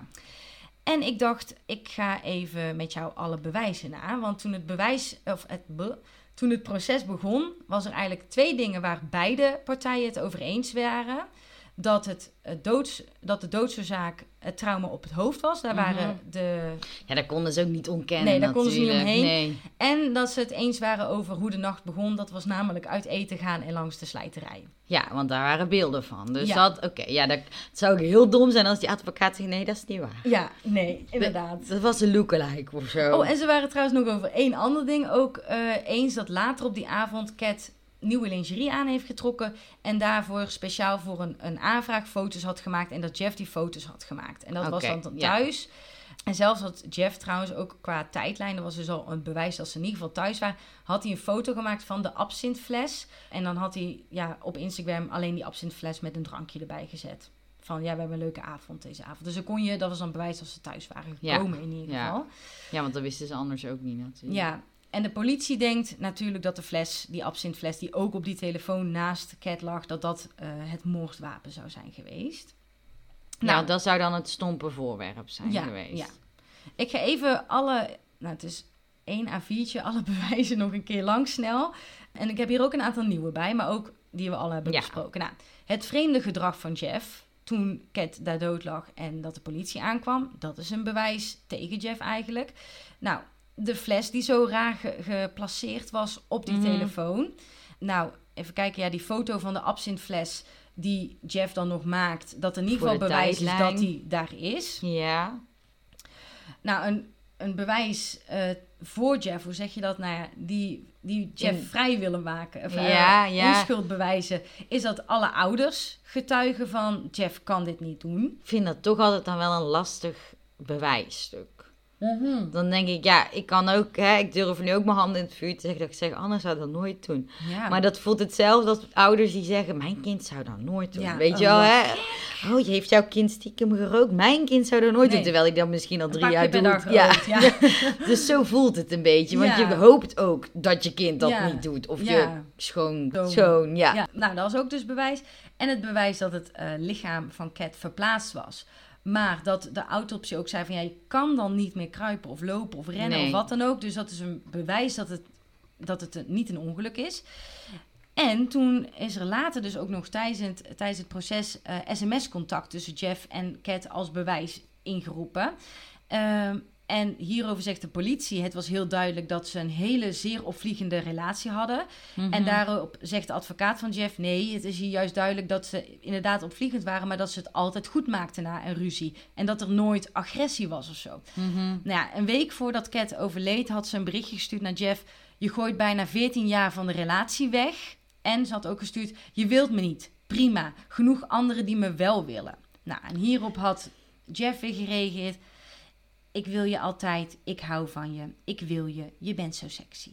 En ik dacht, ik ga even met jou alle bewijzen na. Want toen het bewijs, of het be, toen het proces begon, was er eigenlijk twee dingen waar beide partijen het over eens waren. Dat, het, het doods, dat de doodsoorzaak het trauma op het hoofd was. Daar mm-hmm. waren de... Ja, daar konden ze ook niet ontkennen. Nee, daar natuurlijk. konden ze niet omheen. Nee. En dat ze het eens waren over hoe de nacht begon. Dat was namelijk uit eten gaan en langs de slijterij. Ja, want daar waren beelden van. Dus ja. dat, oké, okay, ja, dat het zou ook heel dom zijn als die advocaat zegt, nee, dat is niet waar. Ja, nee, inderdaad. Dat, dat was een lookalike of zo. Oh, en ze waren trouwens nog over één ander ding ook uh, eens. Dat later op die avond Kat nieuwe lingerie aan heeft getrokken en daarvoor speciaal voor een, een aanvraag foto's had gemaakt en dat Jeff die foto's had gemaakt. En dat okay, was dan thuis. Ja. En zelfs had Jeff trouwens ook qua tijdlijn, dat was dus al een bewijs dat ze in ieder geval thuis waren, had hij een foto gemaakt van de absintfles. En dan had hij ja, op Instagram alleen die absintfles met een drankje erbij gezet. Van ja, we hebben een leuke avond deze avond. Dus dan kon je, dat was dan bewijs dat ze thuis waren gekomen ja. in ieder geval. Ja. ja, want dat wisten ze anders ook niet natuurlijk. Ja. En de politie denkt natuurlijk dat de fles, die absintfles die ook op die telefoon naast Kat lag, dat dat uh, het moordwapen zou zijn geweest. Nou, nou, dat zou dan het stompe voorwerp zijn ja, geweest. Ja. Ik ga even alle, nou het is één A viertje alle bewijzen nog een keer lang snel. En ik heb hier ook een aantal nieuwe bij, maar ook die we al hebben Ja. besproken. Nou, het vreemde gedrag van Jeff toen Cat daar dood lag en dat de politie aankwam, dat is een bewijs tegen Jeff eigenlijk. Nou, de fles die zo raar ge- geplaceerd was op die Mhm. telefoon. Nou, even kijken, ja, die foto van de absintfles die Jeff dan nog maakt, dat in ieder Voor geval de bewijs is tijdlijn. dat hij daar is. Ja. Nou, een, een bewijs uh, voor Jeff, hoe zeg je dat? Nou ja, die, die Jeff In- vrij willen maken, of uh, Ja, ja. onschuld bewijzen, is dat alle ouders getuigen van Jeff kan dit niet doen. Ik vind dat toch altijd dan wel een lastig bewijsstuk. Dan denk ik, ja, ik kan ook, hè, ik durf nu ook mijn handen in het vuur te zeggen dat ik zeg, Anna zou dat nooit doen. Ja. Maar dat voelt hetzelfde als ouders die zeggen, mijn kind zou dat nooit doen. Ja, Weet je oh, wel, wat hè? Oh, je heeft jouw kind stiekem gerookt. Mijn kind zou dat nooit Nee. doen. Terwijl ik dat misschien al Een drie paar jaar keer doe. per dag Ja. gerookt, Dus zo voelt het een beetje. Want Ja. je hoopt ook dat je kind dat Ja. niet doet. Of Ja. je schoon, Zo. schoon, ja. Ja, nou, dat was ook dus bewijs. En het bewijs dat het uh, lichaam van Cat verplaatst was. Maar dat de autopsie ook zei van, ja, je kan dan niet meer kruipen of lopen of rennen Nee. of wat dan ook. Dus dat is een bewijs dat het, dat het een- niet een ongeluk is. En toen is er later dus ook nog tijdens het, tijdens het proces uh, sms-contact tussen Jeff en Cat als bewijs ingeroepen. Um, en hierover zegt de politie, het was heel duidelijk dat ze een hele zeer opvliegende relatie hadden. Mhm. En daarop zegt de advocaat van Jeff, nee, het is hier juist duidelijk dat ze inderdaad opvliegend waren, maar dat ze het altijd goed maakten na een ruzie. En dat er nooit agressie was of zo. Mhm. Nou ja, een week voordat Cat overleed had ze een berichtje gestuurd naar Jeff. Je gooit bijna veertien jaar van de relatie weg. En ze had ook gestuurd, je wilt me niet. Prima, genoeg anderen die me wel willen. Nou, en hierop had Jeff weer gereageerd. Ik wil je altijd, ik hou van je, ik wil je, je bent zo sexy.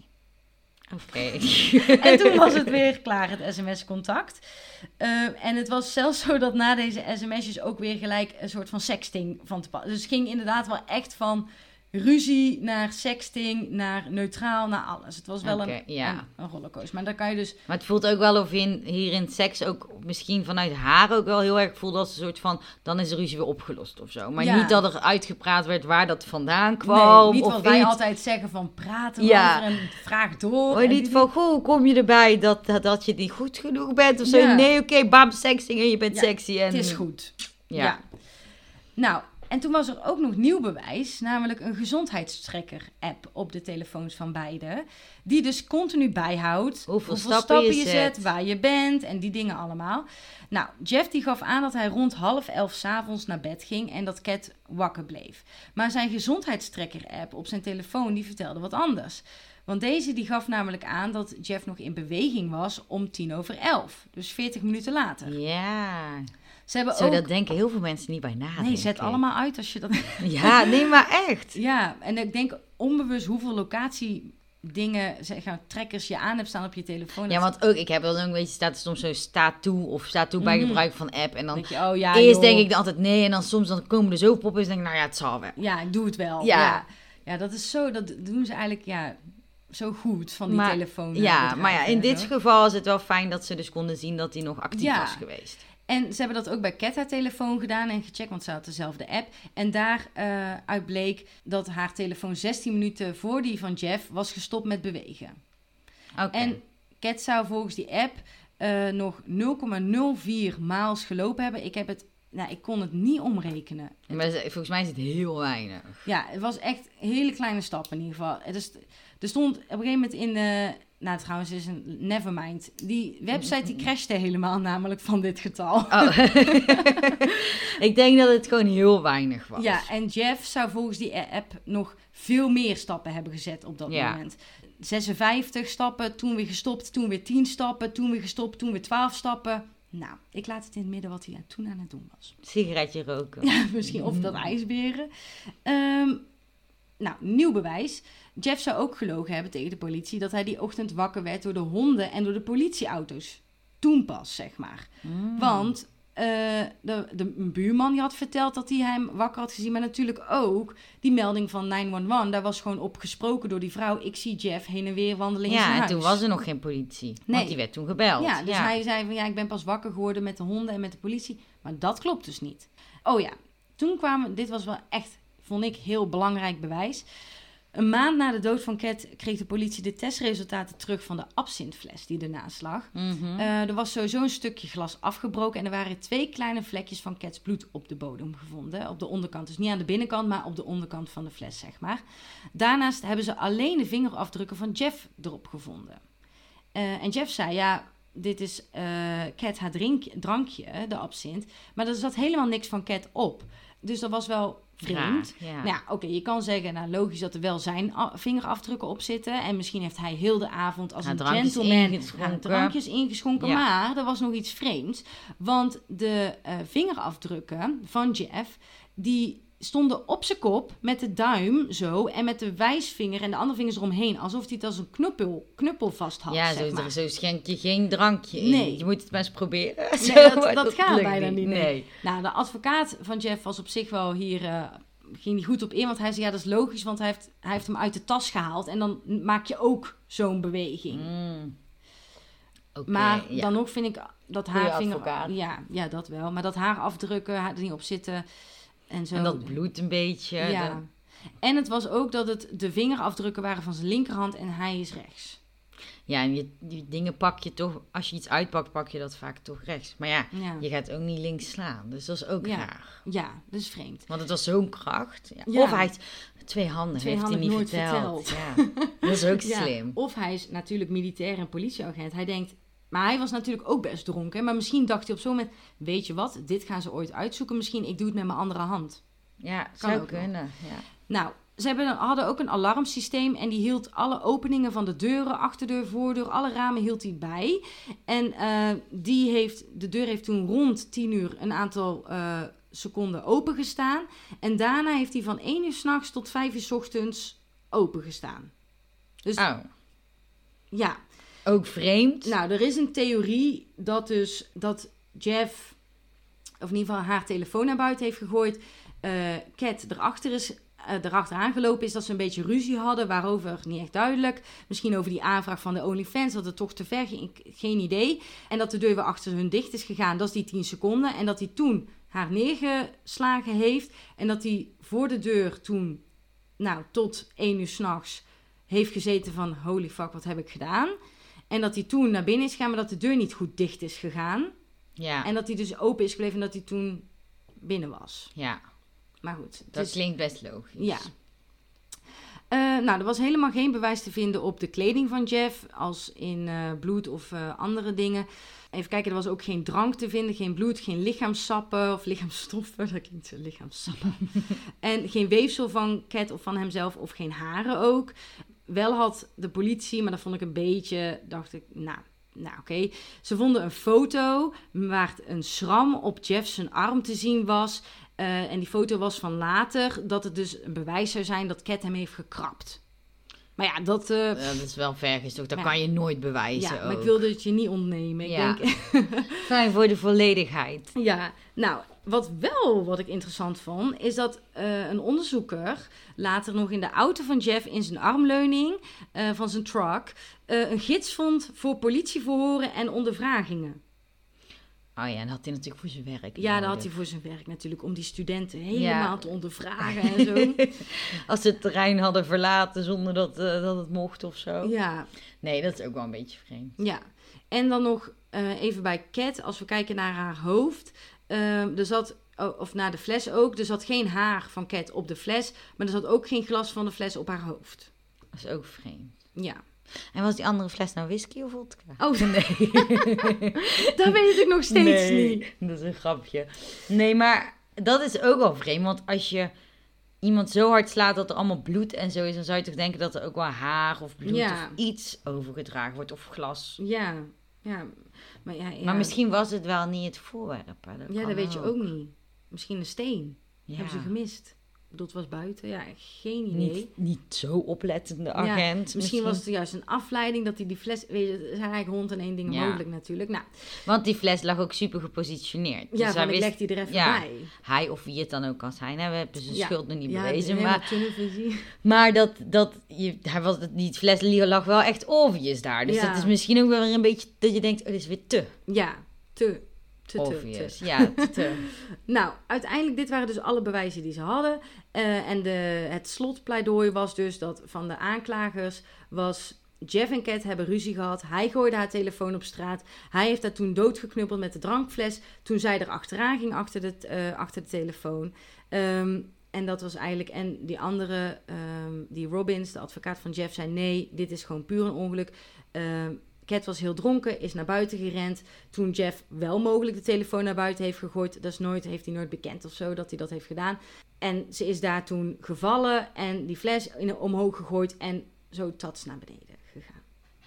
Oké. En toen was het weer klaar, het sms-contact. Uh, en het was zelfs zo dat na deze sms'jes ook weer gelijk een soort van sexting van te passen. Dus het ging inderdaad wel echt van ruzie naar sexting, naar neutraal, naar alles. Het was wel Oké, een, ja. een, een rollercoaster. Maar dan kan je dus... Maar het voelt ook wel of in, hier in seks ook misschien vanuit haar ook wel heel erg voelde als een soort van, dan is de ruzie weer opgelost of zo. Maar Ja. niet dat er uitgepraat werd waar dat vandaan kwam. Nee, niet of wat wij iets. altijd zeggen van praten Ja. over en vraag door. Maar en niet die- van, goh, hoe kom je erbij dat, dat, dat je niet goed genoeg bent of zo. Ja. Nee, oké, bam, sexting en je bent Ja, sexy. En, Het is goed. Ja. Ja. Nou, en toen was er ook nog nieuw bewijs, namelijk een gezondheidstracker-app op de telefoons van beide, die dus continu bijhoudt Hoeveel stappen je zet. waar je bent en die dingen allemaal. Nou, Jeff die gaf aan dat hij rond half elf 's avonds naar bed ging en dat Cat wakker bleef. Maar zijn gezondheidstracker-app op zijn telefoon die vertelde wat anders. Want deze die gaf namelijk aan dat Jeff nog in beweging was om tien over elf. Dus veertig minuten later. Ja. Ze hebben Zo, ook... dat denken heel veel mensen niet bij na. Nee, zet allemaal uit als je dat... Ja, nee, maar echt. Ja, en ik denk onbewust hoeveel locatiedingen, zeg maar, trackers je aan hebt staan op je telefoon. Ja, want ook, ik heb wel een beetje, staat er soms zo staat toe of staat toe bij Mhm. gebruik van app. En dan denk je, oh ja, eerst joh. denk ik dan altijd nee en dan soms dan komen er zo pop-ups en denk ik, nou ja, het zal wel. Ja, ik doe het wel. Ja. Ja. ja, dat is zo, dat doen ze eigenlijk, ja, zo goed van die Maar- telefoon. Ja, maar ja, in dit geval. geval is het wel fijn dat ze dus konden zien dat hij nog actief Ja. was geweest. En ze hebben dat ook bij Cat haar telefoon gedaan en gecheckt, want ze had dezelfde app. En daaruit bleek dat haar telefoon zestien minuten voor die van Jeff was gestopt met bewegen. Oké. En Cat zou volgens die app uh, nog nul komma nul vier maals gelopen hebben. Ik heb het, nou, ik kon het niet omrekenen. Maar volgens mij is het heel weinig. Ja, het was echt hele kleine stappen in ieder geval. Het is, er stond op een gegeven moment in de... Nou, trouwens, is een Nevermind. Die website die crashte helemaal namelijk van dit getal. Oh. Ik denk dat het gewoon heel weinig was. Ja, en Jeff zou volgens die app nog veel meer stappen hebben gezet op dat Ja. moment. zesenvijftig stappen, toen weer gestopt, toen weer tien stappen, toen weer gestopt, toen weer twaalf stappen. Nou, ik laat het in het midden wat hij toen aan het doen was. Sigaretje roken. Ja, misschien of dat ijsberen. Um, nou, nieuw bewijs. Jeff zou ook gelogen hebben tegen de politie dat hij die ochtend wakker werd door de honden en door de politieauto's. Toen pas, zeg maar. Mm. Want uh, de, de een buurman die had verteld dat hij hem wakker had gezien. Maar natuurlijk ook die melding van negen een een. Daar was gewoon op gesproken door die vrouw. Ik zie Jeff heen en weer wandelen in zijn Ja, en huis. toen was er nog geen politie. Nee. Want die werd toen gebeld. Ja, dus hij zei van ja, ik ben pas wakker geworden met de honden en met de politie. Maar dat klopt dus niet. Oh ja, toen kwamen, dit was wel echt, vond ik, heel belangrijk bewijs. Een maand na de dood van Cat kreeg de politie de testresultaten terug van de absintfles die ernaast lag. Mm-hmm. Uh, er was sowieso een stukje glas afgebroken en er waren twee kleine vlekjes van Cats bloed op de bodem gevonden. Op de onderkant, dus niet aan de binnenkant, maar op de onderkant van de fles, zeg maar. Daarnaast hebben ze alleen de vingerafdrukken van Jeff erop gevonden. Uh, en Jeff zei, ja, dit is uh, Cat haar drink, drankje, de absint, maar er zat helemaal niks van Cat op. Dus dat was wel vreemd. Ja, ja. Nou ja, oké, okay, je kan zeggen, nou logisch dat er wel zijn a- vingerafdrukken op zitten. En misschien heeft hij heel de avond als ja, een drankjes gentleman ingeschonken. drankjes ingeschonken. Ja. Maar er was nog iets vreemds. Want de uh, vingerafdrukken van Jeff, die stonden op zijn kop met de duim zo en met de wijsvinger en de andere vingers eromheen. Alsof hij het als een knuppel, knuppel vast had, ja, zeg zo, maar. zo schenk je geen drankje in. Nee. Je moet het maar eens proberen. Nee, Zo, dat, dat, dat gaat lukt bijna niet. Nee. nee. Nou, de advocaat van Jeff was op zich wel hier... Uh, ging hij goed op in, want hij zei, ja, dat is logisch, want hij heeft, hij heeft hem uit de tas gehaald en dan maak je ook zo'n beweging. Mm. Okay, maar ja. dan nog vind ik dat Goeie haar vinger... advocaat. Ja, ja, dat wel. Maar dat haar afdrukken, haar er niet op zitten en zo. En dat bloed een beetje. Ja. Dat... En het was ook dat het de vingerafdrukken waren van zijn linkerhand en hij is rechts. Ja, en je, die dingen pak je toch... Als je iets uitpakt, pak je dat vaak toch rechts. Maar ja, Ja, je gaat ook niet links slaan. Dus dat is ook Ja. raar. ja dat is vreemd. Want het was zo'n kracht. Ja. Ja. Of hij heeft twee handen, Twee heeft handen hij niet nooit verteld. verteld. Ja. Dat is ook Ja, slim. Of hij is natuurlijk militair en politieagent. Hij denkt... Maar hij was natuurlijk ook best dronken. Maar misschien dacht hij op zo'n moment... Weet je wat, dit gaan ze ooit uitzoeken. Misschien, ik doe het met mijn andere hand. Ja, Kan zou ook nog. kunnen. Ja. Nou, ze hebben, hadden ook een alarmsysteem en die hield alle openingen van de deuren, achterdeur, voordeur, alle ramen hield hij bij. En uh, die heeft, de deur heeft toen rond tien uur een aantal uh, seconden opengestaan. En daarna heeft hij van één uur 's nachts tot vijf uur 's ochtends opengestaan. Dus Oh, ja, ook vreemd. nou, er is een theorie dat dus dat Jeff, of in ieder geval haar telefoon naar buiten heeft gegooid. Uh, Cat erachter is, uh, erachteraan gelopen is, dat ze een beetje ruzie hadden, waarover niet echt duidelijk. Misschien over die aanvraag van de OnlyFans, dat het toch te ver ging, geen idee. En dat de deur weer achter hun dicht is gegaan, dat is die tien seconden. En dat hij toen haar neergeslagen heeft en dat hij voor de deur toen, nou, tot één uur 's nachts heeft gezeten van holy fuck, wat heb ik gedaan? En dat hij toen naar binnen is gegaan, maar dat de deur niet goed dicht is gegaan. Ja, En dat hij dus open is gebleven en dat hij toen binnen was. ja. Maar goed. Het Dat is, klinkt best logisch. ja. Uh, nou, er was helemaal geen bewijs te vinden op de kleding van Jeff, als in uh, bloed of uh, andere dingen. Even kijken, er was ook geen drank te vinden, geen bloed, geen lichaamssappen of lichaamsstoffen. Dat klinkt zo, lichaamssappen. En geen weefsel van Cat of van hemzelf of geen haren ook. Wel had de politie, maar dat vond ik een beetje, dacht ik, nou... Nou, oké. Okay. Ze vonden een foto waar een schram op Jeff zijn arm te zien was. Uh, en die foto was van later, dat het dus een bewijs zou zijn dat Cat hem heeft gekrapt. Maar ja, dat... Uh, ja, dat is wel vergezocht. Dat ja. kan je nooit bewijzen. Ja, maar ook. ik wilde het je niet ontnemen. Ik Ja. denk... Fijn voor de volledigheid. Ja, nou, wat wel wat ik interessant vond, is dat uh, een onderzoeker later nog in de auto van Jeff in zijn armleuning uh, van zijn truck uh, een gids vond voor politieverhoren en ondervragingen. Oh ja, en had hij natuurlijk voor zijn werk. Ja, dat nodig. had hij voor zijn werk natuurlijk, om die studenten helemaal Ja. te ondervragen en zo. Als ze het terrein hadden verlaten zonder dat, uh, dat het mocht of zo. Ja, Nee, dat is ook wel een beetje vreemd. ja. En dan nog uh, even bij Cat, als we kijken naar haar hoofd. Uh, er zat, of naar de fles ook, er zat geen haar van Cat op de fles, maar er zat ook geen glas van de fles op haar hoofd. Dat is ook vreemd. Ja. En was die andere fles nou whisky of vodka? Oh, Nee. dat weet ik nog steeds nee, niet. dat is een grapje. Nee, maar dat is ook wel vreemd. Want als je iemand zo hard slaat dat er allemaal bloed en zo is, dan zou je toch denken dat er ook wel haar of bloed Ja. of iets overgedragen wordt of glas. Ja, ja. Maar, ja, ja. Maar misschien was het wel niet het voorwerp. hè. Dat Ja, kan dat weet je ook niet. Misschien een steen. Ja. Hebben ze gemist. Ik bedoel, het was buiten. Ja, geen idee. Niet, niet zo oplettende Ja, agent. misschien, misschien was het juist een afleiding dat hij die fles... Weet je, er zijn eigenlijk honderd en één ding Ja. mogelijk natuurlijk. Nou, Want die fles lag ook super gepositioneerd. ja, dus van hij ik wist, leg die er even ja, bij. hij of wie het dan ook kan zijn. Hè? We hebben zijn Ja. schuld nog niet Ja, bewezen. helemaal Maar, tunnelvisie. maar dat, dat je, hij was, die fles lag wel echt obvious daar. Dus Ja. dat is misschien ook wel weer een beetje dat je denkt, oh, dit is weer te. Ja, te. te, obvious. Te, te. Ja, te, te. Nou, uiteindelijk, dit waren dus alle bewijzen die ze hadden. Uh, en de, het slotpleidooi was dus dat van de aanklagers was... Jeff en Cat hebben ruzie gehad. Hij gooide haar telefoon op straat. Hij heeft haar toen doodgeknuppeld met de drankfles. Toen zij er achteraan ging achter de, uh, achter de telefoon. Um, en dat was eigenlijk... En die andere, um, die Robbins, de advocaat van Jeff, zei... Nee, dit is gewoon puur een ongeluk. Um, Cat was heel dronken, is naar buiten gerend. Toen Jeff wel mogelijk de telefoon naar buiten heeft gegooid. Dat is nooit, heeft hij nooit bekend of zo dat hij dat heeft gedaan. En ze is daar toen gevallen en die fles in, omhoog gegooid en zo tats naar beneden gegaan.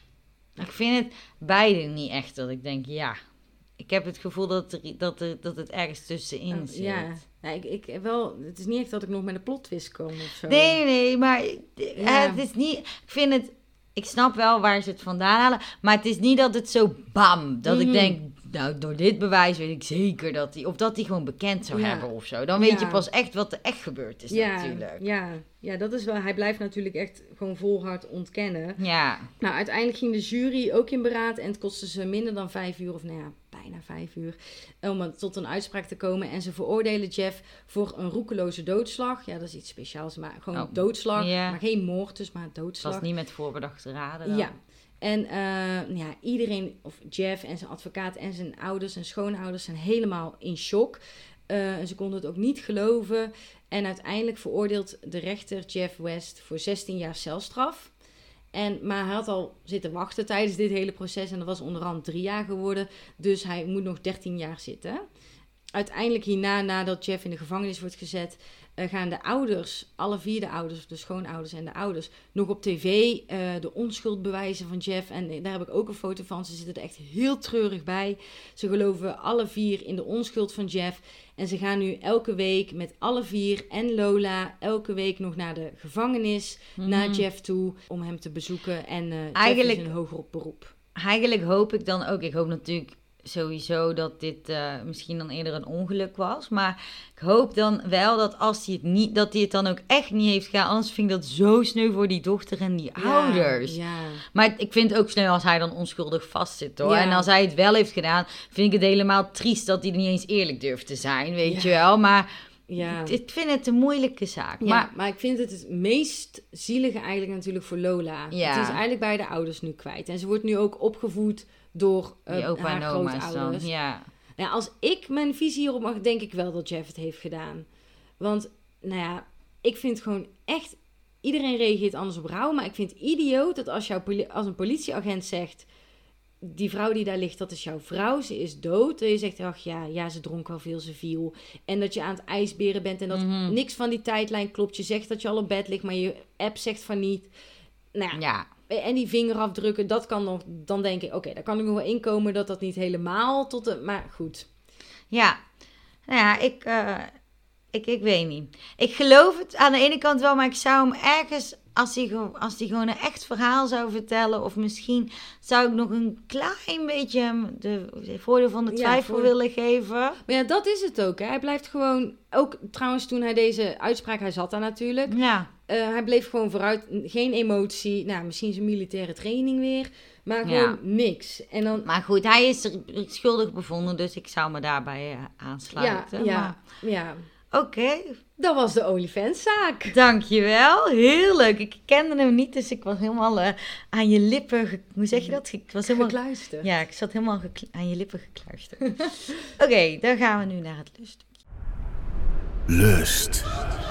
Ik vind het beide niet echt dat ik denk, ja... Ik heb het gevoel dat, er, dat, er, dat het ergens tussenin oh, zit. Ja, ja ik, ik wel... Het is niet echt dat ik nog met een plotwist kom of zo. Nee, nee, maar Ja. het is niet... Ik vind het... Ik snap wel waar ze het vandaan halen. Maar het is niet dat het zo bam... Dat Mhm. ik denk, nou, door dit bewijs weet ik zeker dat hij... Of dat hij gewoon bekend zou Ja. hebben of zo. Dan weet Ja. je pas echt wat er echt gebeurd is ja, natuurlijk. Ja, ja, dat is wel... Hij blijft natuurlijk echt gewoon volhard ontkennen. Ja. Nou, uiteindelijk ging de jury ook in beraad en het kostte ze minder dan vijf uur, of nou ja, bijna vijf uur, om tot een uitspraak te komen. En ze veroordelen Jeff voor een roekeloze doodslag. Ja, dat is iets speciaals, maar gewoon Oh, doodslag. ja. Maar geen moord dus, maar Het doodslag. was niet met voorbedachte raden dan. Ja. En uh, ja, iedereen, of Jeff en zijn advocaat en zijn ouders en schoonouders zijn helemaal in shock. Uh, en ze konden het ook niet geloven. En uiteindelijk veroordeelt de rechter Jeff West voor zestien jaar celstraf. En, maar hij had al zitten wachten tijdens dit hele proces. En dat was onderhand drie jaar geworden. Dus hij moet nog dertien jaar zitten. Uiteindelijk hierna, nadat Jeff in de gevangenis wordt gezet... Uh, gaan de ouders, alle vier de ouders, de schoonouders en de ouders... nog op tv uh, de onschuld bewijzen van Jeff. En daar heb ik ook een foto van. Ze zitten er echt heel treurig bij. Ze geloven alle vier in de onschuld van Jeff. En ze gaan nu elke week met alle vier en Lola... elke week nog naar de gevangenis, mm-hmm. naar Jeff toe... om hem te bezoeken. En uh, Eigenlijk... Jeff is een hoger op beroep. Eigenlijk hoop ik dan ook... Ik hoop natuurlijk... sowieso dat dit uh, misschien dan eerder een ongeluk was. Maar ik hoop dan wel dat als hij het niet, dat hij het dan ook echt niet heeft gedaan. Anders vind ik dat zo sneu voor die dochter en die ja, ouders. Ja. Maar ik vind het ook sneu als hij dan onschuldig vastzit hoor. Ja. En als hij het wel heeft gedaan, vind ik het helemaal triest dat hij er niet eens eerlijk durft te zijn. Weet ja. je wel. Maar ja. ik vind het een moeilijke zaak. Ja, maar, maar ik vind het het meest zielige eigenlijk natuurlijk voor Lola. Ja. Het is eigenlijk bij de ouders nu kwijt. En ze wordt nu ook opgevoed door uh, die opa haar en oma's grootouders. Dan, ja. Nou, als ik mijn visie hierop mag, denk ik wel dat Jeff het heeft gedaan. Want, nou ja, ik vind gewoon echt... Iedereen reageert anders op rouw, maar ik vind het idioot dat als, jouw poli- als een politieagent zegt... Die vrouw die daar ligt, dat is jouw vrouw, ze is dood. En je zegt, ach ja, ja, ze dronk al veel, ze viel. En dat je aan het ijsberen bent en dat mm-hmm. niks van die tijdlijn klopt. Je zegt dat je al op bed ligt, maar je app zegt van niet. Nou ja. En die vingerafdrukken, dat kan nog... Dan denk ik, oké, okay, daar kan ik nog wel inkomen dat dat niet helemaal tot de... Maar goed. Ja, nou ja, ik, uh, ik, ik weet niet. Ik geloof het aan de ene kant wel, maar ik zou hem ergens... Als hij, als hij gewoon een echt verhaal zou vertellen... of misschien zou ik nog een klein beetje... de voordeel van de twijfel ja, voor... willen geven. Maar ja, dat is het ook. Hè. Hij blijft gewoon... Ook trouwens toen hij deze uitspraak... Hij zat daar natuurlijk. Ja. Uh, hij bleef gewoon vooruit. Geen emotie. Nou, misschien zijn militaire training weer. Maar gewoon ja. niks. En dan... Maar goed, hij is er schuldig bevonden... dus ik zou me daarbij uh, aansluiten. Ja, ja, maar... ja. Oké. Okay. Dat was de OnlyFans-zaak. Dankjewel. Heel leuk. Ik kende hem niet, dus ik was helemaal uh, aan je lippen... Ge- Hoe zeg je dat? Ik was helemaal... Gekluisterd. Ja, ik zat helemaal geklu- aan je lippen gekluisterd. Oké, okay, dan gaan we nu naar het lust. Lust.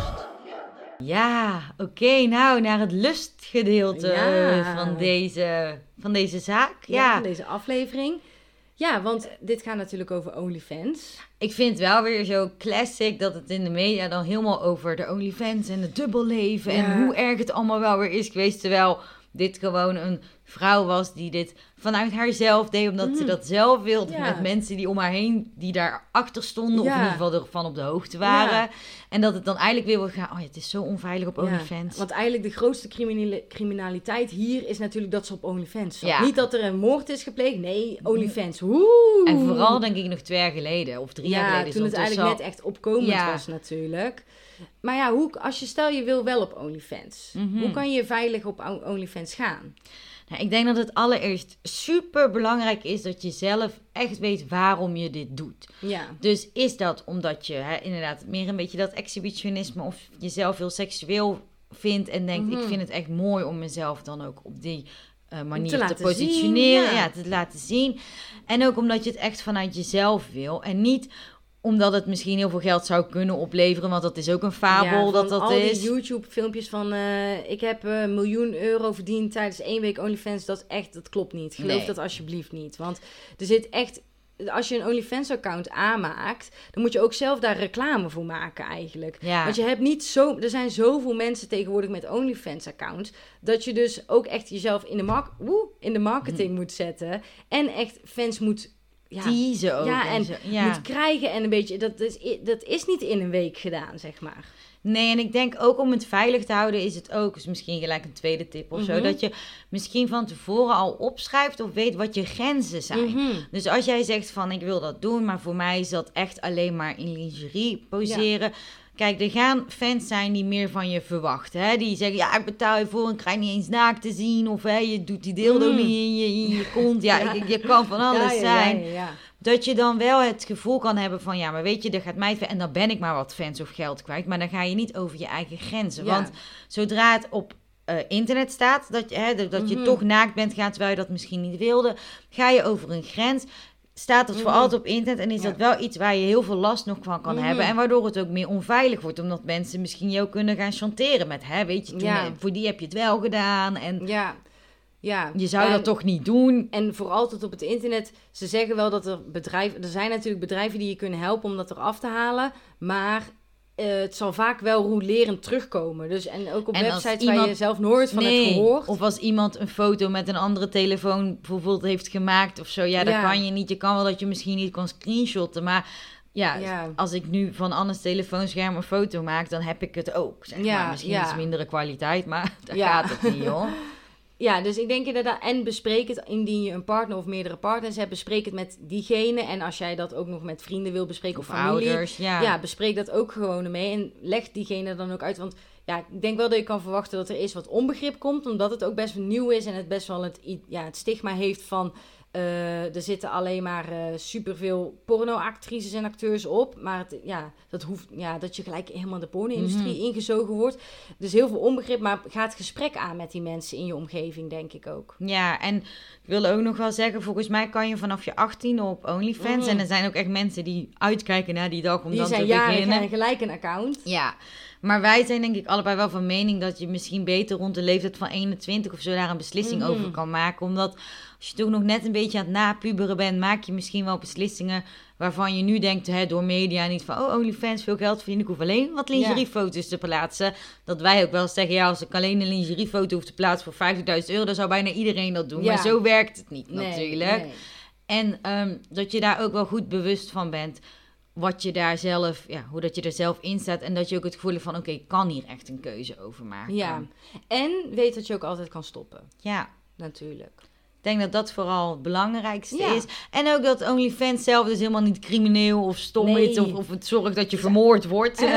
Ja, oké. Okay, nou, naar het lustgedeelte ja. van, deze, van deze zaak. Ja. ja, van deze aflevering. Ja, want dit gaat natuurlijk over OnlyFans. Ik vind het wel weer zo classic dat het in de media dan helemaal over de OnlyFans en het dubbelleven ja. en hoe erg het allemaal wel weer is geweest. Terwijl dit gewoon een vrouw was die dit vanuit haarzelf deed, omdat mm. ze dat zelf wilde. Ja. Met mensen die om haar heen, die daar achter stonden, ja. of in ieder geval ervan op de hoogte waren. Ja. En dat het dan eigenlijk weer wil gaan, oh ja, het is zo onveilig op OnlyFans. Ja, want eigenlijk de grootste criminele, criminaliteit hier is natuurlijk dat ze op OnlyFans zat. Ja. Niet dat er een moord is gepleegd, nee, OnlyFans. Woe! En vooral denk ik nog twee jaar geleden, of drie ja, jaar geleden. toen het eigenlijk al... net echt opkomend ja. was natuurlijk. Maar ja, hoe, als je stel je wil wel op OnlyFans, mm-hmm. hoe kan je veilig op OnlyFans gaan? Ja, ik denk dat het allereerst super belangrijk is dat je zelf echt weet waarom je dit doet. Ja. Dus is dat omdat je hè, inderdaad meer een beetje dat exhibitionisme of jezelf heel seksueel vindt en denkt, Mm-hmm. ik vind het echt mooi om mezelf dan ook op die uh, manier te te, laten positioneren, zien, ja. ja, te laten zien. En ook omdat je het echt vanuit jezelf wil en niet omdat het misschien heel veel geld zou kunnen opleveren, want dat is ook een fabel Ja, dat van dat al is. die YouTube-filmpjes van uh, ik heb uh, een miljoen euro verdiend tijdens één week OnlyFans, dat is echt, dat klopt niet. Geloof Nee. dat alsjeblieft niet. Want er zit echt, als je een OnlyFans-account aanmaakt, dan moet je ook zelf daar reclame voor maken eigenlijk. Ja. Want je hebt niet zo, er zijn zoveel mensen tegenwoordig met OnlyFans-accounts, dat je dus ook echt jezelf in de, mar- woe, in de marketing hm. moet zetten en echt fans moet Ja, teasen ook. Ja, en, en zo. Ja. moet krijgen en een beetje, dat is, dat is niet in een week gedaan, zeg maar. Nee, en ik denk ook om het veilig te houden is het ook, dus misschien gelijk een tweede tip of mm-hmm. zo, dat je misschien van tevoren al opschrijft of weet wat je grenzen zijn. Mm-hmm. Dus als jij zegt van ik wil dat doen, maar voor mij is dat echt alleen maar in lingerie poseren. Ja. Kijk, er gaan fans zijn die meer van je verwachten. Hè? Die zeggen, ja, ik betaal je voor en krijg niet eens naakt te zien. Of hè, je doet die dildo mm. niet in je, in je kont. Ja, ja. Je, je kan van alles ja, ja, zijn. Ja, ja, ja. Dat je dan wel het gevoel kan hebben van, ja, maar weet je, er gaat mij... En dan ben ik maar wat fans of geld kwijt. Maar dan ga je niet over je eigen grenzen. Ja. Want zodra het op uh, internet staat, dat, hè, dat mm-hmm. je toch naakt bent gaan terwijl je dat misschien niet wilde, ga je over een grens... staat het voor mm-hmm. altijd op internet en is ja. dat wel iets waar je heel veel last nog van kan mm-hmm. hebben. En waardoor het ook meer onveilig wordt, omdat mensen misschien jou kunnen gaan chanteren met, hè, weet je, toen, ja. voor die heb je het wel gedaan. En ja. Ja. je zou en, dat toch niet doen. En voor altijd op het internet, ze zeggen wel dat er bedrijven, er zijn natuurlijk bedrijven die je kunnen helpen om dat eraf te halen, maar... Uh, het zal vaak wel rolerend terugkomen. Dus, en ook op en websites iemand, waar je zelf nooit van nee, hebt gehoord. Of als iemand een foto met een andere telefoon bijvoorbeeld heeft gemaakt of zo. Ja, dat ja. kan je niet. Je kan wel dat je misschien niet kan screenshotten. Maar ja, ja. als ik nu van Anne's telefoonscherm een foto maak, dan heb ik het ook. Zeg ja, maar. Misschien ja. iets mindere kwaliteit, maar daar ja. gaat het niet, hoor. Ja, dus ik denk inderdaad, en bespreek het indien je een partner of meerdere partners hebt, bespreek het met diegene. En als jij dat ook nog met vrienden wil bespreken of, of familie, ouders, ja. ja, bespreek dat ook gewoon mee en leg diegene dan ook uit. Want ja, ik denk wel dat je kan verwachten dat er eerst wat onbegrip komt, omdat het ook best wel nieuw is en het best wel het, ja, het stigma heeft van... Uh, er zitten alleen maar uh, superveel pornoactrices en acteurs op. Maar het, ja, dat hoeft, ja, dat je gelijk helemaal de porno-industrie mm-hmm. ingezogen wordt. Dus heel veel onbegrip. Maar ga het gesprek aan met die mensen in je omgeving, denk ik ook. Ja, en ik wil ook nog wel zeggen, volgens mij kan je vanaf je achttiende op OnlyFans. Mm. En er zijn ook echt mensen die uitkijken naar die dag om die dan te zijn beginnen. Die zijn gelijk een account. Ja, maar wij zijn denk ik allebei wel van mening dat je misschien beter rond de leeftijd van eenentwintig of zo daar een beslissing mm-hmm. over kan maken. Omdat als je toch nog net een beetje aan het napuberen bent, maak je misschien wel beslissingen waarvan je nu denkt, hè, door media niet van, oh, OnlyFans, veel geld verdienen, ik hoef alleen wat lingeriefoto's te plaatsen. Dat wij ook wel zeggen, ja, als ik alleen een lingeriefoto hoef te plaatsen voor vijftigduizend euro, dan zou bijna iedereen dat doen. Ja. Maar zo werkt het niet nee, natuurlijk. Nee. En um, dat je daar ook wel goed bewust van bent, wat je daar zelf, ja, hoe dat je er zelf in staat. En dat je ook het gevoel hebt van, oké, okay, ik kan hier echt een keuze over maken. Ja, en weet dat je ook altijd kan stoppen. Ja. Natuurlijk. Ik denk dat dat vooral het belangrijkste ja. is. En ook dat OnlyFans zelf dus helemaal niet crimineel of stom nee. is. Of, of het zorgt dat je vermoord wordt. nee,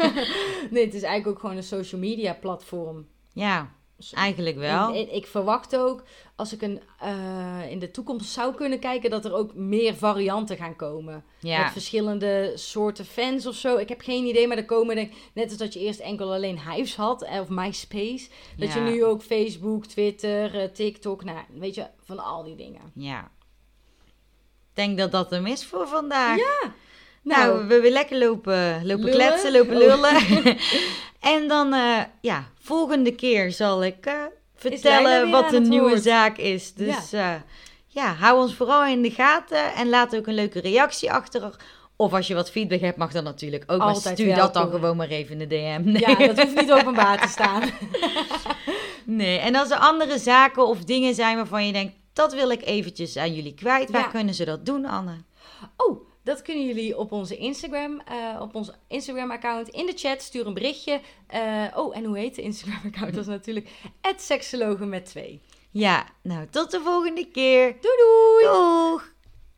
het is eigenlijk ook gewoon een social media platform. Ja, eigenlijk wel. En, en ik verwacht ook, als ik een, uh, in de toekomst zou kunnen kijken, dat er ook meer varianten gaan komen. Ja. Met verschillende soorten fans of zo. Ik heb geen idee, maar er komen, denk, net als dat je eerst enkel alleen Hives had, of MySpace. Dat ja. je nu ook Facebook, Twitter, uh, TikTok, nou, weet je, van al die dingen. Ja. Ik denk dat dat hem is voor vandaag. Ja. Nou, nou we willen lekker lopen, lopen lullen. kletsen, lopen lullen. Oh. En dan, uh, ja, volgende keer zal ik uh, vertellen wat de nieuwe woord. zaak is. Dus ja. Uh, ja, hou ons vooral in de gaten en laat ook een leuke reactie achter. Of als je wat feedback hebt, mag dat natuurlijk ook. Altijd maar stuur welkom. Dat dan gewoon maar even in de D M. Nee. Ja, dat hoeft niet openbaar te staan. Nee, en als er andere zaken of dingen zijn waarvan je denkt, dat wil ik eventjes aan jullie kwijt. Waar ja. kunnen ze dat doen, Anne? Oh, dat kunnen jullie op onze Instagram, uh, op ons Instagram-account in de chat. Stuur een berichtje. Uh, oh, en hoe heet de Instagram-account? Dat is natuurlijk at seksologen met twee. Ja, nou, tot de volgende keer. Doei doei! Doeg!